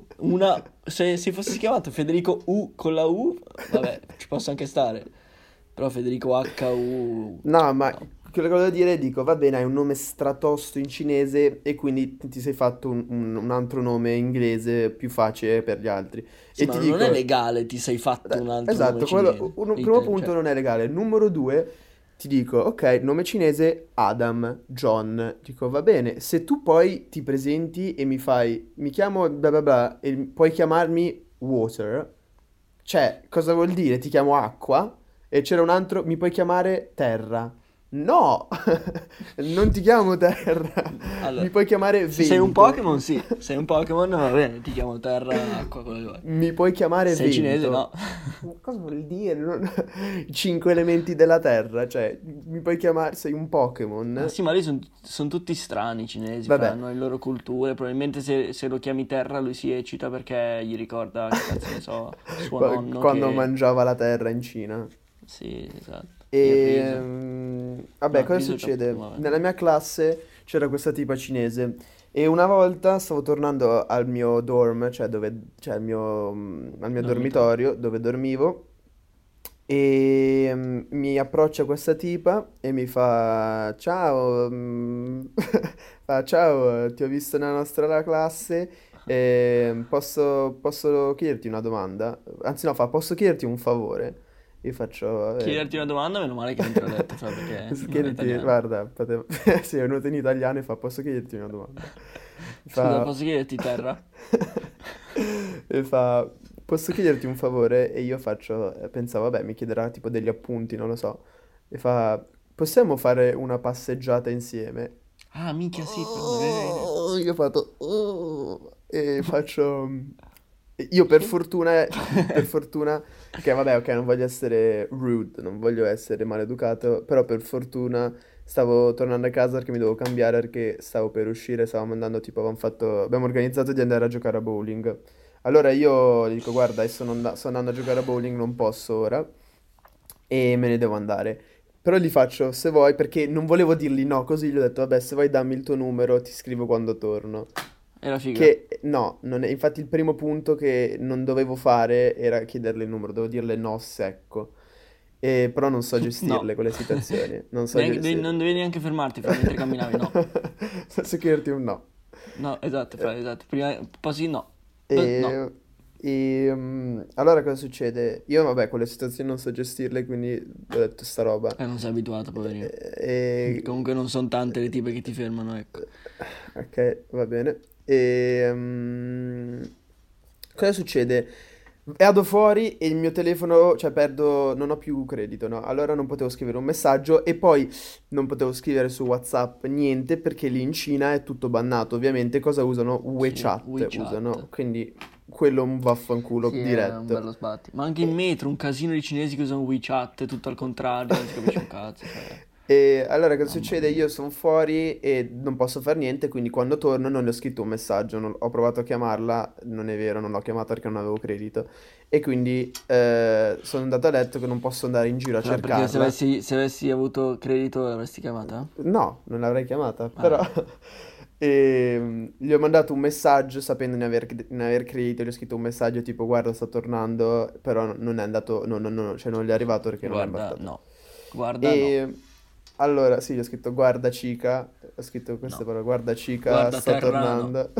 D: se si fosse chiamato Federico U con la U, vabbè, ci posso anche stare. Però Federico HU,
C: No, ma
D: no.
C: quello che volevo dire, dico, va bene, hai un nome stratosto in cinese e quindi ti sei fatto un altro nome inglese più facile per gli altri.
D: Sì,
C: E
D: ma
C: ti
D: non è
C: dico,
D: legale, ti sei fatto un altro nome
C: esatto,
D: cinese.
C: primo punto
D: Cioè,
C: non è legale. Numero due, ti dico, ok, nome cinese Adam, John. Dico, va bene, se tu poi ti presenti e mi fai, mi chiamo bla bla bla e puoi chiamarmi Water, cioè, cosa vuol dire? Ti chiamo acqua e c'era un altro, mi puoi chiamare terra. No, non ti chiamo terra, mi
D: allora,
C: puoi chiamare
D: se sei un
C: vento.
D: Pokémon, sì. Se sei un Pokémon, va bene, ti chiamo terra, acqua, quello che vuoi.
C: Mi puoi chiamare
D: Se sei cinese, no.
C: vento. Cosa vuol dire? I 5 elementi della terra, cioè, mi puoi chiamare, sei un
D: Ma
C: Pokémon?
D: sì, ma lì sono tutti strani i cinesi,
C: Vabbè,
D: hanno le loro culture. Probabilmente se lo chiami terra lui si eccita perché gli ricorda, che cazzo ne so, suo nonno
C: quando
D: che...
C: mangiava la terra in Cina.
D: Sì, esatto. Il
C: E
D: riso.
C: vabbè,
D: No, il
C: cosa
D: riso
C: succede?
D: vabbè.
C: Nella mia classe c'era questa tipa cinese e una volta stavo tornando al mio dorm, cioè al mio
D: Dormitorio.
C: dormitorio dove dormivo e mi approccia questa tipa e mi fa ciao, fa ciao, ti ho visto nella nostra classe Posso chiederti una domanda? Anzi, no, posso chiederti un favore? Io faccio.
D: Chiederti una domanda, meno male che non te l'ho detto, perché
C: Posso
D: non è
C: chiederti,
D: italiano.
C: guarda, sì, è venuto in italiano e posso chiederti una domanda?
D: Scusa,
C: Fa,
D: posso chiederti terra?
C: e fa, posso chiederti un favore? E io pensavo, vabbè, mi chiederà tipo degli appunti, non lo so. E fa, possiamo fare una passeggiata insieme?
D: Ah, minchia, sì, bene.
C: Io ho fatto, "Oh", e faccio. Io per fortuna, che vabbè, ok, non voglio essere rude, non voglio essere maleducato, però per fortuna stavo tornando a casa perché mi dovevo cambiare perché stavo per uscire, stavamo andando, tipo, abbiamo organizzato di andare a giocare a bowling. Allora io gli dico, guarda, adesso sto andando a giocare a bowling, non posso ora e me ne devo andare. Però gli faccio, se vuoi, perché non volevo dirgli no, così gli ho detto, vabbè, se vuoi dammi il tuo numero, ti scrivo quando torno.
D: Era figa.
C: Che no, infatti il primo punto che non dovevo fare era chiederle il numero, dovevo dirle no secco. Però non so gestirle
D: No.
C: quelle situazioni, non so gestirle.
D: Non dovevi neanche fermarti mentre camminavi, no.
C: Posso chiederti un no.
D: No, esatto, esatto. Prima posso dire no. No.
C: Allora cosa succede? Io vabbè, quelle situazioni non so gestirle, quindi ho detto sta roba.
D: Non sei abituato, poverino.
C: E,
D: Comunque non sono tante le tipe che ti fermano, ecco.
C: Ok, va bene. Cosa succede? Vado fuori e il mio telefono, cioè non ho più credito, no? Allora non potevo scrivere un messaggio e poi non potevo scrivere su WhatsApp niente perché lì in Cina è tutto bannato. Ovviamente cosa usano? WeChat
D: WeChat.
C: usano, quindi quello è un vaffanculo
D: Sì, è un
C: diretto.
D: bello sbatti. Ma anche in metro, un casino di cinesi che usano WeChat, tutto al contrario, non si capisce un cazzo. Cioè.
C: E allora cosa
D: Mamma
C: succede?
D: mia.
C: Io sono fuori e non posso fare niente, quindi quando torno non le ho scritto un messaggio, ho provato a chiamarla, non è vero, non l'ho chiamata perché non avevo credito. E quindi sono andato a letto che non posso andare in giro a
D: Perché se
C: cercarla.
D: se avessi avuto credito l'avresti chiamata?
C: No, non l'avrei chiamata,
D: Ah.
C: però gli ho mandato un messaggio sapendo di non aver credito, gli ho scritto un messaggio tipo guarda sto tornando, però non è andato, cioè non gli è arrivato perché non è
D: Guarda,
C: imbattato.
D: no. Guarda, no.
C: E allora, sì, gli ho scritto guarda cica, ho scritto queste
D: No.
C: parole, guarda cica,
D: Guarda
C: sto
D: terra, no.
C: tornando.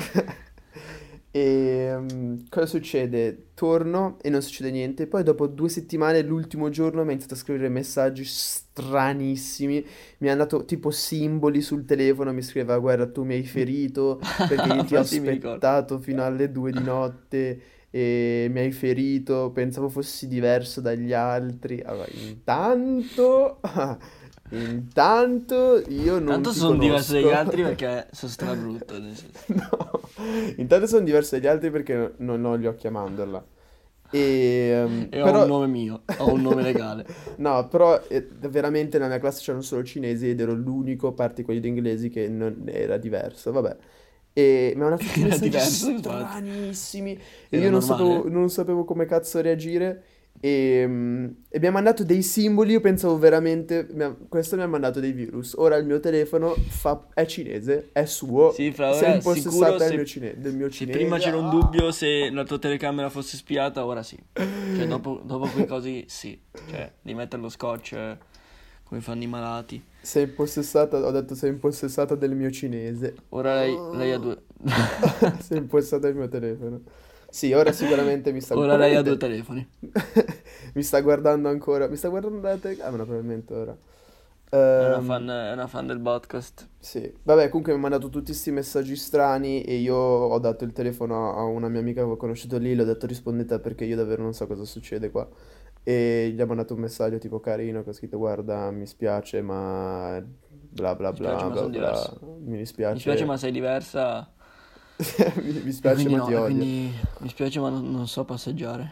C: Cosa succede? Torno e non succede niente. Poi dopo 2 settimane, l'ultimo giorno, mi ha iniziato a scrivere messaggi stranissimi. Mi ha dato tipo simboli sul telefono, mi scriveva guarda tu mi hai ferito perché io ti ho
D: Sì, mi ricordo.
C: aspettato fino alle 2 di notte e mi hai ferito, pensavo fossi diverso dagli altri. Allora, intanto io non
D: Tanto
C: ti
D: sono diverso dagli
C: conosco.
D: altri perché sono strabrutto. Nel senso.
C: No, intanto sono diverso dagli altri perché non li ho chiamandola. E,
D: E ho
C: però,
D: un nome mio, ho un nome legale.
C: no, però veramente nella mia classe c'erano solo cinesi ed ero l'unico, a parte quelli inglesi, che non era diverso, vabbè. E mi hanno fatto
D: Era
C: messaggi
D: diverso, infatti.
C: stranissimi e
D: Era
C: io
D: normale?
C: non sapevo come cazzo reagire e mi ha mandato dei simboli, io pensavo veramente, questo mi ha mandato dei virus. Ora il mio telefono è cinese, è suo,
D: Sì, fra
C: sei
D: ora sicuro
C: impossessato del mio
D: se
C: cinese.
D: prima c'era un dubbio se la tua telecamera fosse spiata, ora sì. Cioè dopo quei cosi sì. Cioè di mettere lo scotch come fanno i malati.
C: Sei impossessata, ho detto sei impossessata del mio cinese.
D: Ora lei ha due.
C: Sei impossessata del mio telefono. Sì, ora sicuramente mi sta
D: Ora lei ha due
C: probabilmente-
D: telefoni.
C: mi sta guardando ancora, mi sta guardando dalla telecamera probabilmente ora.
D: È una fan del podcast.
C: Sì, vabbè, comunque mi ha mandato tutti questi messaggi strani e io ho dato il telefono a una mia amica che ho conosciuto lì, le ho detto rispondi te perché io davvero non so cosa succede qua. E gli ho mandato un messaggio tipo carino che ho scritto guarda mi spiace ma bla bla
D: Mi spiace,
C: bla
D: ma
C: bla
D: sono
C: bla,
D: diverso.
C: mi
D: Mi spiace, ma
C: dispiace,
D: sei diversa.
C: mi
D: E
C: spiace
D: quindi
C: ma
D: no,
C: ti
D: e
C: odio.
D: quindi mi spiace, ma non so passeggiare.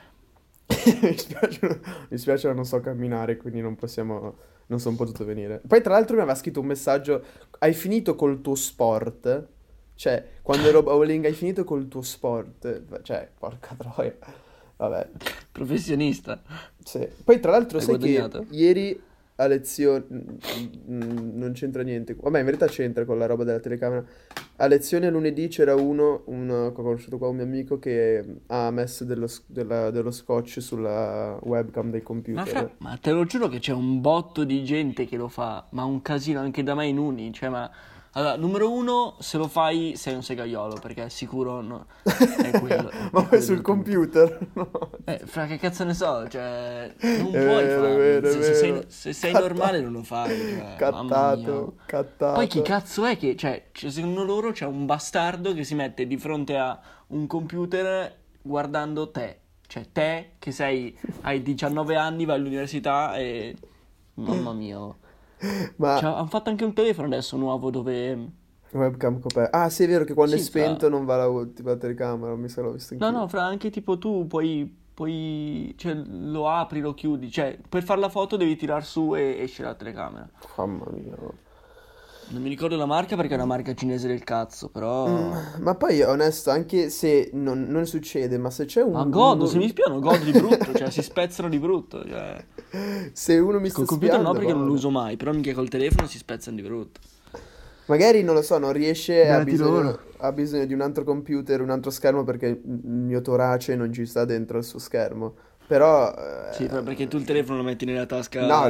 C: Mi spiace ma non so camminare quindi non sono potuto venire. Poi tra l'altro mi aveva scritto un messaggio, hai finito col tuo sport? Cioè, quando ero bowling hai finito col tuo sport? Cioè, porca troia. Vabbè.
D: Professionista.
C: Sì. Poi tra l'altro
D: Hai
C: sai che
D: guadagnato?
C: ieri a lezione non c'entra niente. Vabbè, in verità c'entra con la roba della telecamera. A lezione lunedì c'era che ho conosciuto qua, un mio amico che ha messo dello scotch sulla webcam del computer.
D: Ma te lo giuro che c'è un botto di gente che lo fa, ma un casino anche da me in uni, cioè ma Allora, numero uno, se lo fai sei un segaiolo, perché sicuro è quello.
C: Ma
D: è
C: poi
D: quello
C: sul
D: il punto.
C: computer? No.
D: Fra che cazzo ne so, cioè, non
C: È
D: puoi
C: vero, è
D: farlo.
C: vero, è
D: Se sei,
C: vero.
D: se sei normale non lo fai, cioè, mamma mia.
C: Cattato.
D: Poi chi cazzo è che, cioè, secondo loro c'è un bastardo che si mette di fronte a un computer guardando te. Cioè, te che hai 19 anni, vai all'università e... Mamma mia.
C: Ma
D: Cioè, hanno fatto anche un telefono adesso nuovo dove...
C: webcam coperta. Ah, sì, è vero che quando è
D: Sì,
C: spento non va tipo la telecamera, mi sa l'ho visto
D: No,
C: anch'io.
D: no, fra anche tipo tu puoi, cioè, lo apri, lo chiudi. Cioè, per fare la foto devi tirar su e esce la telecamera.
C: Mamma mia.
D: Non mi ricordo la marca perché è una marca cinese del cazzo, però...
C: Ma poi, onesto, anche se non succede, ma se c'è
D: Ma godo, se mi spiano godo di brutto, cioè si spezzano di brutto, cioè...
C: Se uno mi sta
D: Col computer no
C: spiando,
D: perché non lo
C: vado.
D: uso mai, però minchia col telefono si spezzano di brutto.
C: Magari, non lo so, non riesce, ha
D: Beati loro.
C: bisogno di un altro computer, un altro schermo perché il mio torace non ci sta dentro il suo schermo. Però,
D: Sì, perché tu il telefono lo metti nella tasca...
C: no,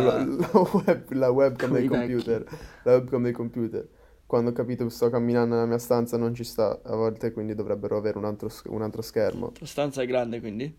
C: la webcam
D: come
C: del
D: i vecchi.
C: computer. La webcam del computer. Quando ho capito che sto camminando nella mia stanza non ci sta a volte, quindi dovrebbero avere un altro schermo.
D: La stanza è grande, quindi?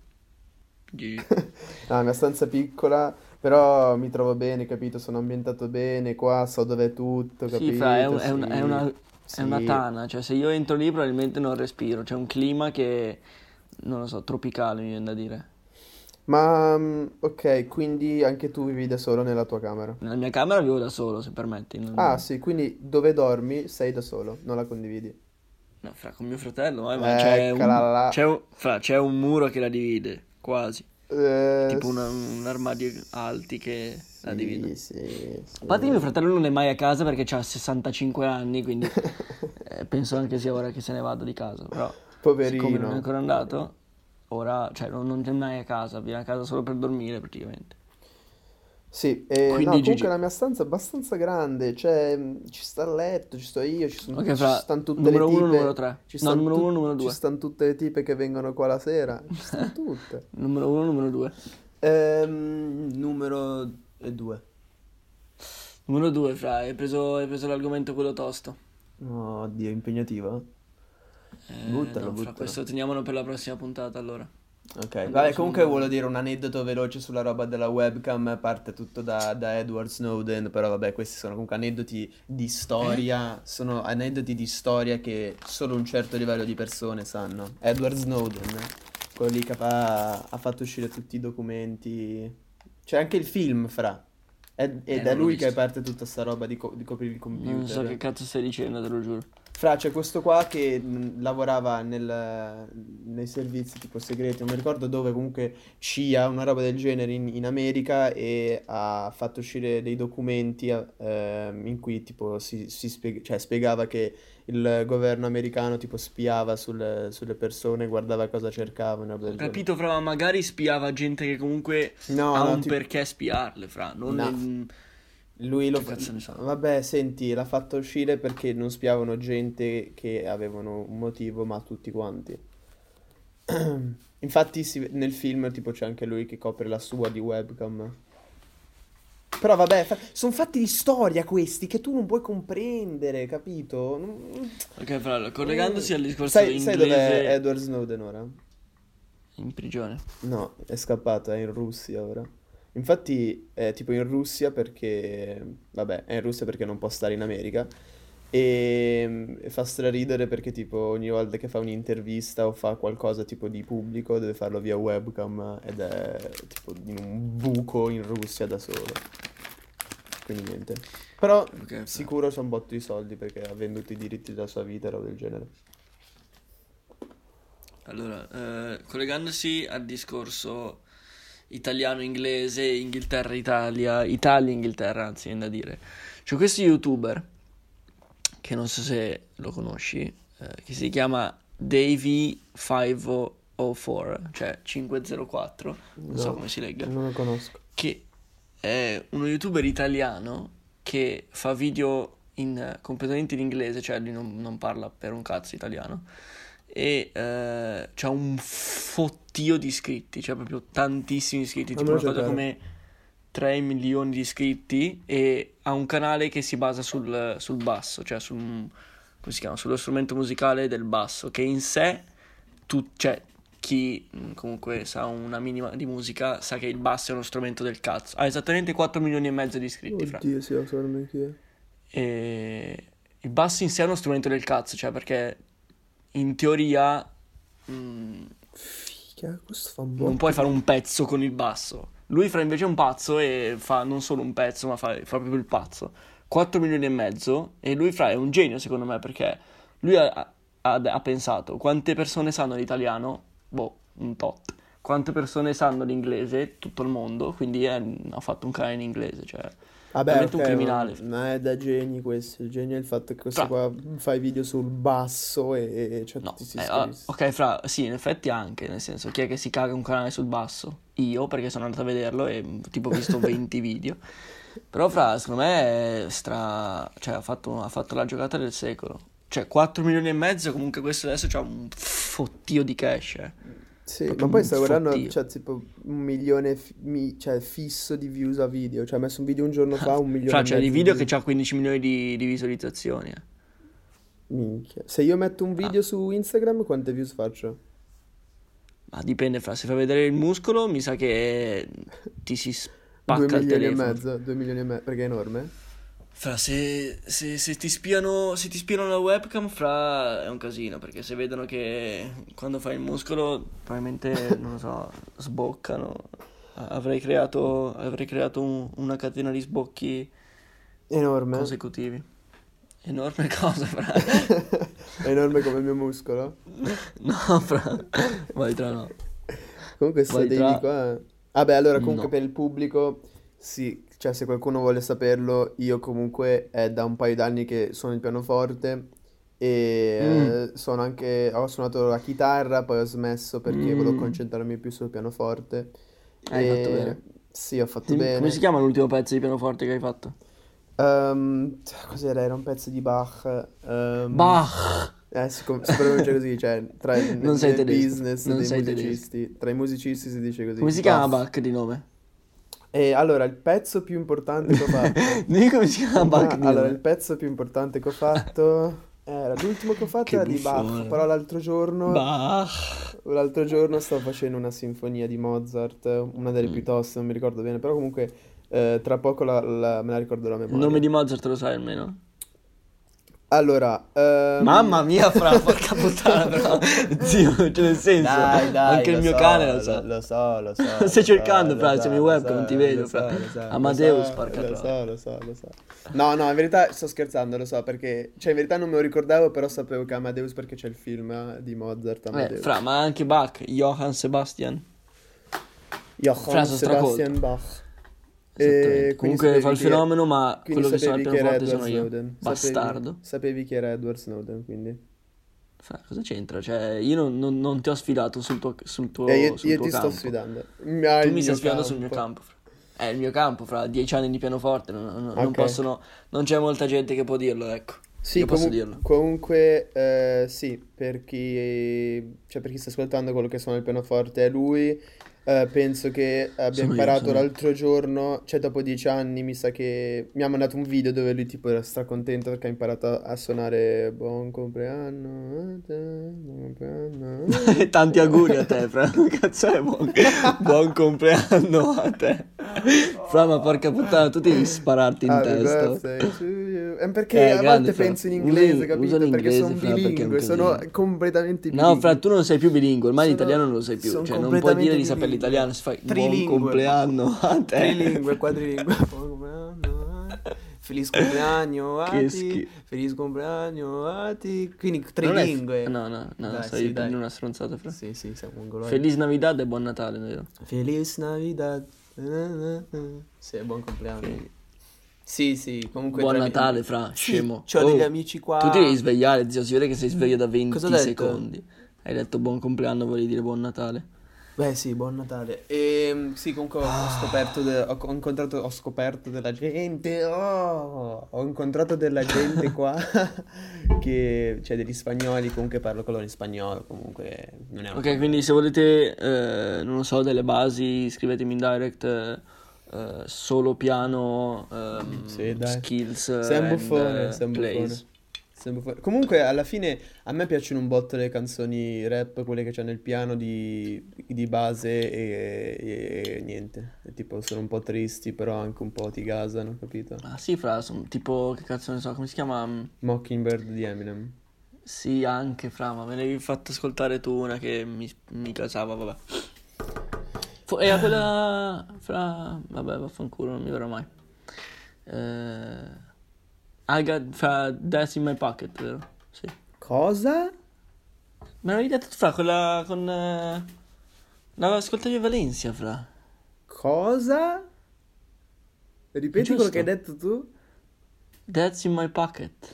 D: GG.
C: La mia stanza è piccola, però mi trovo bene, capito? Sono ambientato bene qua, so dov'è tutto,
D: Sì,
C: capito?
D: fra, è
C: Sì,
D: è una
C: sì.
D: tana, cioè se io entro lì probabilmente non respiro, c'è un clima che, non lo so, tropicale mi viene da dire.
C: Ma, ok, quindi anche tu vivi da solo nella tua camera.
D: Nella mia camera vivo da solo, se permetti.
C: Ah, sì, quindi dove dormi sei da solo, non la condividi.
D: No, fra, con mio fratello, ma c'è
C: Eccola là.
D: c'è un muro che la divide, quasi. Tipo
C: Sì,
D: un armadio alti che la divide.
C: sì.
D: A parte che mio fratello non è mai a casa perché ha 65 anni, quindi penso anche sia ora che se ne vada di casa. Però, siccome non è
C: Poverino.
D: ancora andato, ora, cioè, non è mai a casa, viene a casa solo per dormire praticamente.
C: Sì, no,
D: Quindi
C: comunque
D: GG.
C: la mia stanza è abbastanza grande, cioè ci sta il letto, ci sto io,
D: Ok,
C: ci
D: fra,
C: stanno tutte le
D: numero 1,
C: tipe,
D: numero 3.
C: ci
D: No,
C: stanno
D: numero 1, numero
C: ci
D: 2.
C: stanno tutte le tipe che vengono qua la sera, ci stanno tutte.
D: Numero 1, numero 2.
C: Numero 2.
D: Numero 2, fra, hai preso l'argomento quello tosto.
C: Oh, oddio, impegnativo. Buttalo,
D: No, fra,
C: buttalo.
D: questo teniamolo per la prossima puntata allora.
C: Ok,
D: Andiamo
C: vabbè,
D: sul
C: comunque
D: numero
C: volevo dire un aneddoto veloce sulla roba della webcam, parte tutto da Edward Snowden, però vabbè, questi sono comunque aneddoti di storia, sono aneddoti di storia che solo un certo livello di persone sanno. Edward Snowden, quello lì che ha fatto uscire tutti i documenti, c'è anche il film, fra, ed è
D: non l'ho
C: lui che
D: visto.
C: parte tutta sta roba di coprire il
D: Non so
C: computer.
D: che cazzo stai dicendo, te lo giuro.
C: Fra, c'è questo qua che lavorava nei servizi tipo segreti, non mi ricordo dove, comunque CIA, una roba del genere in America, e ha fatto uscire dei documenti in cui tipo cioè, spiegava che il governo americano tipo spiava sulle persone, guardava cosa cercavano, una roba
D: Ho
C: del genere.
D: capito, fra, ma magari spiava gente che comunque
C: No,
D: ha
C: no,
D: un
C: tipo,
D: perché spiarle, fra. Non
C: no. Lui
D: Che cazzo ne so.
C: Vabbè, senti, l'ha fatto uscire perché non spiavano gente che avevano un motivo, ma tutti quanti. Infatti nel film tipo c'è anche lui che copre la sua di webcam. Però vabbè, sono fatti di storia questi che tu non puoi comprendere, capito?
D: Ok, fra, collegandosi al discorso
C: Sai dov'è
D: inglese
C: Edward Snowden ora?
D: in prigione.
C: No, è scappato, è in Russia ora. Infatti è tipo in Russia perché, vabbè, è in Russia perché non può stare in America e fa straridere perché tipo ogni volta che fa un'intervista o fa qualcosa tipo di pubblico deve farlo via webcam ed è tipo in un buco in Russia da solo. Quindi niente. Però
D: Ok, fra.
C: sicuro c'ha un botto di soldi perché ha venduto i diritti della sua vita e roba del genere.
D: Allora, collegandosi al discorso italiano-inglese, Inghilterra-Italia, Italia-Inghilterra, anzi, viene da dire. C'è questo youtuber, che non so se lo conosci, che si chiama Davey504, cioè 504, non so
C: No,
D: come si legga,
C: non lo conosco.
D: che è uno youtuber italiano che fa video completamente in inglese, cioè lui non parla per un cazzo italiano, e c'ha un fottio di iscritti, cioè proprio tantissimi iscritti, tipo
C: Fammelo
D: una cosa
C: giocare.
D: come 3 milioni di iscritti e ha un canale che si basa sul basso, cioè come si chiama? Sullo strumento musicale del basso, che in sé, cioè chi comunque sa una minima di musica sa che il basso è uno strumento del cazzo. Ha esattamente 4 milioni e mezzo di iscritti, fra.
C: Oddio, sì, lo so chi è.
D: E il basso in sé è uno strumento del cazzo, cioè perché in teoria
C: Figa, questo fa un
D: non puoi fare un pezzo con il basso. Lui fa invece un pazzo e fa non solo un pezzo, ma fa proprio il pazzo. 4 milioni e mezzo, e lui è un genio secondo me, perché lui ha pensato quante persone sanno l'italiano, un tot. Quante persone sanno l'inglese, tutto il mondo, quindi ha fatto un canale in inglese, cioè
C: Vabbè,
D: veramente
C: ok,
D: un criminale.
C: ma è da geni questo. Il genio è il fatto che questo qua fai video sul basso e cioè
D: No,
C: tutti si iscrivono.
D: ok, sì, in effetti anche, nel senso, chi è che si caga un canale sul basso? Io, perché sono andato a vederlo e tipo ho visto 20 video. Però secondo me è cioè ha fatto la giocata del secolo. Cioè 4 milioni e mezzo, comunque questo adesso c'ha un fottio di cash,
C: Sì,
D: proprio
C: ma poi
D: un
C: sto guardando,
D: fottio.
C: cioè, tipo 1 milione cioè, fisso di views a video. Cioè, ha messo un video un giorno fa, 1 milione
D: Fra
C: e
D: c'è
C: mezzo
D: dei
C: di
D: video
C: views.
D: che c'ha 15 milioni di visualizzazioni.
C: Minchia. Se io metto un video su Instagram, quante views faccio?
D: Ma dipende, se fai vedere il muscolo, mi sa che ti si
C: 2
D: spacca il
C: milioni e
D: telefono.
C: mezzo, 2 milioni e mezzo, perché è enorme.
D: Fra, se ti spiano la webcam, fra, è un casino, perché se vedono che quando fai il muscolo, probabilmente, non lo so, sboccano. Avrei creato una catena di sbocchi
C: Enorme.
D: consecutivi. Enorme cosa, fra.
C: È enorme come il mio muscolo.
D: No, fra. Vai tra no.
C: Comunque se
D: Vai
C: devi
D: tra-
C: qua. Vabbè, allora comunque
D: No.
C: per il pubblico, sì, cioè se qualcuno vuole saperlo, io comunque è da un paio d'anni che suono il pianoforte e ho suonato la chitarra, poi ho smesso perché volevo concentrarmi più sul pianoforte.
D: Hai fatto bene.
C: Sì, ho fatto
D: Come si
C: bene.
D: chiama l'ultimo pezzo di pianoforte che hai fatto?
C: Cos'era? Era un pezzo di Bach.
D: Bach!
C: Si pronuncia così, cioè
D: Non sei
C: nel
D: tedesco,
C: business
D: non
C: dei
D: sei
C: musicisti, tra i musicisti si dice così.
D: Come si chiama
C: Bach.
D: Bach di nome?
C: E allora, il pezzo più importante che ho fatto.
D: Dimmi come si chiama Bach di
C: Allora,
D: nome.
C: il pezzo più importante che ho fatto l'ultimo che ho fatto
D: Che
C: era di
D: buffone.
C: Bach, però l'altro giorno stavo facendo una sinfonia di Mozart, una delle più toste, non mi ricordo bene, però comunque tra poco me la ricordo la
D: Il
C: memoria.
D: nome di Mozart lo sai almeno?
C: Allora,
D: Mamma mia, fra, porca puttana, però. Zio, cioè nel senso,
C: dai,
D: anche il
C: lo
D: mio
C: so,
D: cane lo sa.
C: Lo so.
D: Stai cercando,
C: lo
D: fra,
C: so,
D: c'è mio
C: lo
D: webcam,
C: so,
D: non ti vedo,
C: lo so,
D: fra.
C: lo so,
D: Amadeus,
C: lo
D: porca
C: so,
D: troia.
C: lo so. No, in verità sto scherzando, lo so, perché, cioè, in verità non me lo ricordavo, però sapevo che Amadeus perché c'è il film di Mozart, Amadeus.
D: Fra, ma anche Bach, Johann Sebastian.
C: Johann
D: Fra, sono
C: Sebastian Bach.
D: Esattamente.
C: Quindi
D: Comunque fa il
C: sapevi chi è-
D: fenomeno, ma
C: quindi
D: quello che suona il
C: sapevi chi era
D: pianoforte sono
C: Edward
D: io.
C: Snowden.
D: Bastardo.
C: Sapevi chi era Edward Snowden, quindi.
D: Fra, cosa c'entra? Cioè, io non ti ho sfidato sul tuo
C: Io
D: tuo
C: ti sto
D: campo.
C: sfidando.
D: Tu mi stai sfidando sul mio campo. Fra. È il mio campo, fra 10 anni di pianoforte, non
C: Ok.
D: possono, non c'è molta gente che può dirlo, ecco.
C: Sì,
D: Io posso dirlo.
C: comunque, sì, per cioè per chi sta ascoltando quello che suona il pianoforte è lui. Penso che abbia
D: Sono io,
C: imparato
D: sono io.
C: l'altro giorno, cioè dopo 10 anni, mi sa che mi ha mandato un video dove lui tipo era stracontento perché ha imparato a suonare Buon compleanno a te, buon compleanno a te.
D: Tanti auguri a te, fra. Cazzo è buon compleanno a te. Fra, ma porca puttana, tu devi spararti in
C: Happy
D: testa.
C: birthday to you. Perché a
D: grande,
C: volte
D: fra.
C: penso in inglese,
D: Usa
C: capito? Perché
D: l'inglese,
C: sono
D: fra, perché è un
C: bilingue, sono
D: casino.
C: completamente
D: No,
C: bilingue.
D: fra, tu non sei più bilingue, ormai
C: Sono-
D: l'italiano non lo sai più.
C: sono
D: Cioè, non puoi dire
C: completamente
D: di sapere
C: bilingue.
D: l'italiano se fai buon
C: Trilingue.
D: compleanno a te.
C: Trilingue, quadrilingue. Buon compleanno a te. Feliz compleanno a
D: Che
C: ti.
D: schifo.
C: Feliz compleanno a ti. Quindi
D: Non è-
C: trilingue.
D: No,
C: Dai,
D: stai
C: sì, dai.
D: in una stronzata, fra.
C: Sì, siamo mongoloidi.
D: Feliz Navidad e buon Natale, vero?
C: Feliz Navidad. Sì, buon compleanno. Sì, comunque
D: Buon
C: tra-
D: Natale, fra,
C: Sì,
D: scemo.
C: c'ho
D: Oh,
C: degli amici qua.
D: Tu ti devi svegliare, zio, si vede che sei sveglio da 20
C: Cosa ho detto?
D: secondi. Hai detto buon compleanno, volevi dire buon Natale.
C: Beh sì, buon Natale. Sì, comunque ho scoperto della gente. Ho incontrato della gente qua che, cioè degli spagnoli, comunque parlo con loro in spagnolo, comunque non è un
D: Ok, quindi se volete, non lo so, delle basi, scrivetemi in direct solo piano,
C: Sì, dai.
D: skills
C: Sei un
D: and,
C: buffone, sei un
D: plays.
C: buffone. Sei un buffone. Comunque, alla fine, a me piacciono un botto le canzoni rap, quelle che c'è nel piano di base e niente. E tipo, sono un po' tristi, però anche un po' ti gasano, capito?
D: Ah sì, fra, tipo, che cazzo ne so, come si chiama?
C: Mockingbird di Eminem.
D: Sì, anche fra, ma me ne avevi fatto ascoltare tu una che mi casava, vabbè. Era quella, fra, vabbè, vaffanculo, non mi verrà mai. I got, fra, That's in my pocket, vero? Sì.
C: Cosa?
D: Me l'avevi detto, fra, quella con... ascoltavi a Valencia, fra.
C: Cosa? Ripeti quello che hai
D: Giusto.
C: detto tu?
D: That's in my pocket.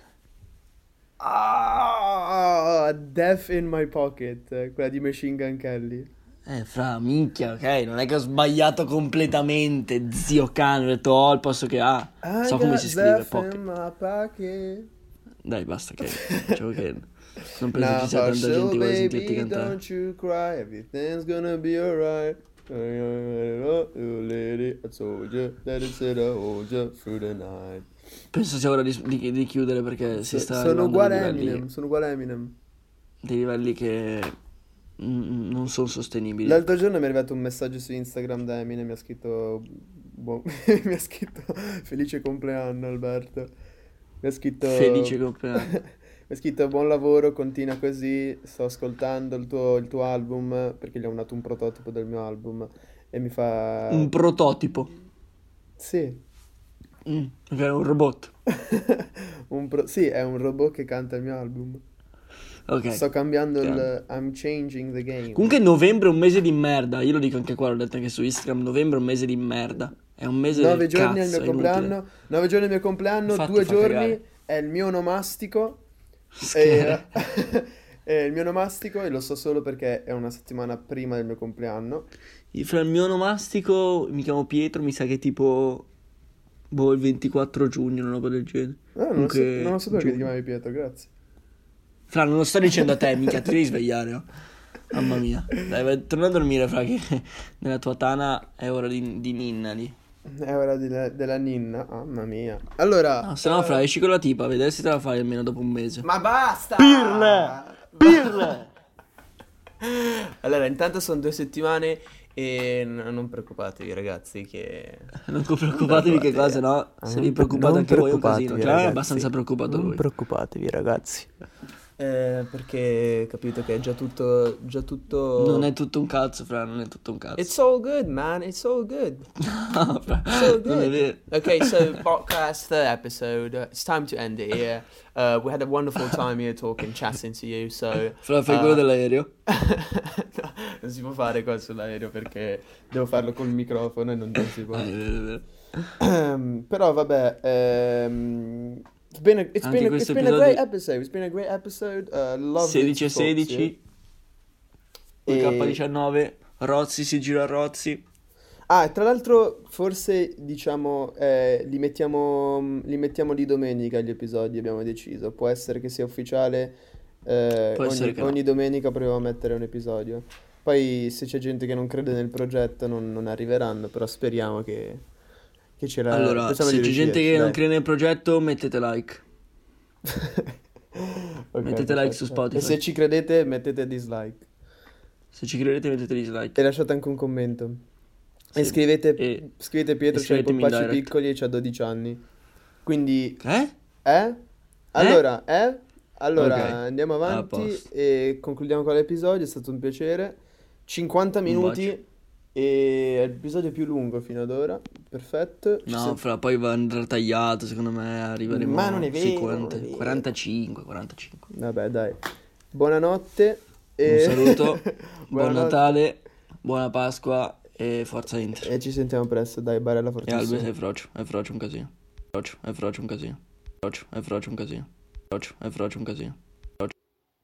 C: Ah, Death in My Pocket, quella di Machine Gun Kelly.
D: Fra, minchia, ok, non è che ho sbagliato completamente, zio cane, ho detto oh, al posto che ha.
C: I
D: So come
C: got
D: si scrive,
C: death
D: pocket.
C: in my pocket.
D: Dai, basta che dicevo che non penso
C: Now
D: ci sia tanta
C: hush,
D: gente che vuole sentirti
C: baby,
D: cantare.
C: don't you cry, everything's gonna be alright. Lady, I told you that it's it, I hold you through the night.
D: Penso sia ora di chiudere perché si sta
C: Sono
D: arrivando
C: uguale a
D: a livelli,
C: Eminem, sono uguale a Eminem.
D: dei livelli che non sono sostenibili.
C: L'altro giorno mi è arrivato un messaggio su Instagram da Eminem, mi ha scritto mi ha scritto felice compleanno Alberto. Mi ha scritto
D: Felice compleanno.
C: mi ha scritto buon lavoro, continua così, sto ascoltando il tuo album perché gli ho dato un prototipo del mio album e mi fa
D: Un prototipo.
C: sì.
D: Ok, un robot.
C: Sì, è un robot che canta il mio album.
D: Ok.
C: Sto cambiando
D: chiaro.
C: I'm changing the game.
D: Comunque novembre è un mese di merda. Io lo dico anche qua, l'ho detto anche su Instagram. Novembre è un mese di merda. È un mese
C: 9
D: del
C: giorni al
D: cazzo,
C: mio
D: è inutile.
C: compleanno. 9 giorni al mio compleanno,
D: Infatti
C: 2
D: fa
C: giorni
D: cagare.
C: è il mio onomastico.
D: Scher-
C: È il mio onomastico e lo so solo perché è una settimana prima del mio compleanno.
D: Fra il mio onomastico mi chiamo Pietro, mi sa che tipo il 24 giugno, una roba del genere.
C: Non lo
D: Comunque,
C: non lo sapevo che ti
D: giugno.
C: chiamavi Pietro, grazie.
D: Fra, non lo sto dicendo a te, mica, ti devi svegliare, oh. Mamma mia. Dai, vai, torna a dormire, fra, che nella tua tana è ora di ninna lì.
C: È ora della ninna, mamma mia. Allora,
D: No, se no, fra, esci con la tipa, a vedere se te la fai almeno dopo un mese.
C: ma basta!
D: Pirle!
C: Allora, intanto sono 2 settimane e non preoccupatevi ragazzi che...
D: Non preoccupatevi che cosa, no? Se vi preoccupate anche voi è un casino. Cioè, è
C: ragazzi.
D: abbastanza preoccupato
C: Non
D: lui.
C: preoccupatevi ragazzi. Perché capito che è già tutto
D: Non è tutto un cazzo, fra, non è tutto un cazzo.
C: It's all good, man. It's all good.
D: No, fra,
C: So
D: non è
C: good.
D: vero.
C: Okay, so podcast third episode. It's time to end it here. We had a wonderful time here talking, chatting to you. So
D: Fra, fai quello dell'aereo.
C: no, non si può fare qua sull'aereo perché devo farlo col microfono e non si può.
D: È vero, è vero.
C: Però vabbè, it's
D: Anche
C: been
D: questo
C: a great
D: episodio-
C: episode. It's been a great episode. Lovely
D: 16 e
C: to talk to you.
D: 16.
C: E-
D: K19. Rozzi si gira a Rozzi.
C: Ah, e tra l'altro, forse diciamo li mettiamo di domenica gli episodi, abbiamo deciso. Può essere che sia ufficiale.
D: Può essere che no.
C: Ogni domenica proviamo a mettere un episodio. Poi, se c'è gente che non crede nel progetto, non arriveranno. Però speriamo che
D: Allora,
C: pensiamo
D: se
C: di
D: c'è gente che
C: riuscirci,
D: non
C: dai.
D: crede nel progetto, mettete like.
C: Ok,
D: Mettete like su
C: perfetto.
D: Spotify.
C: E se ci credete, mettete dislike.
D: Se ci credete, mettete dislike.
C: E lasciate anche un commento. E
D: Sì.
C: scrivete
D: E-
C: Pietro c'ha i
D: scrivetemi in
C: polpacci
D: direct.
C: piccoli e c'ha 12 anni. Quindi,
D: Eh?
C: Allora,
D: Ok.
C: andiamo
D: A
C: avanti
D: posto.
C: e concludiamo con l'episodio, è stato un piacere. 50
D: Un
C: minuti
D: bacio.
C: e è l'episodio più lungo fino ad ora. Perfetto.
D: No, fra poi va andrà tagliato, secondo me arriveremo
C: Ma non è
D: sui
C: vero,
D: 40
C: non è vero.
D: 45.
C: Vabbè, dai. Buonanotte
D: Un
C: e
D: saluto, buon
C: Buonanotte.
D: Natale, buona Pasqua e forza Inter.
C: E ci sentiamo presto, dai, barella
D: E Albe
C: fortissimo.
D: sei frocio, è frocio un casino. Frocio, è frocio un casino. Frocio, è frocio un casino. Frocio, è frocio un casino.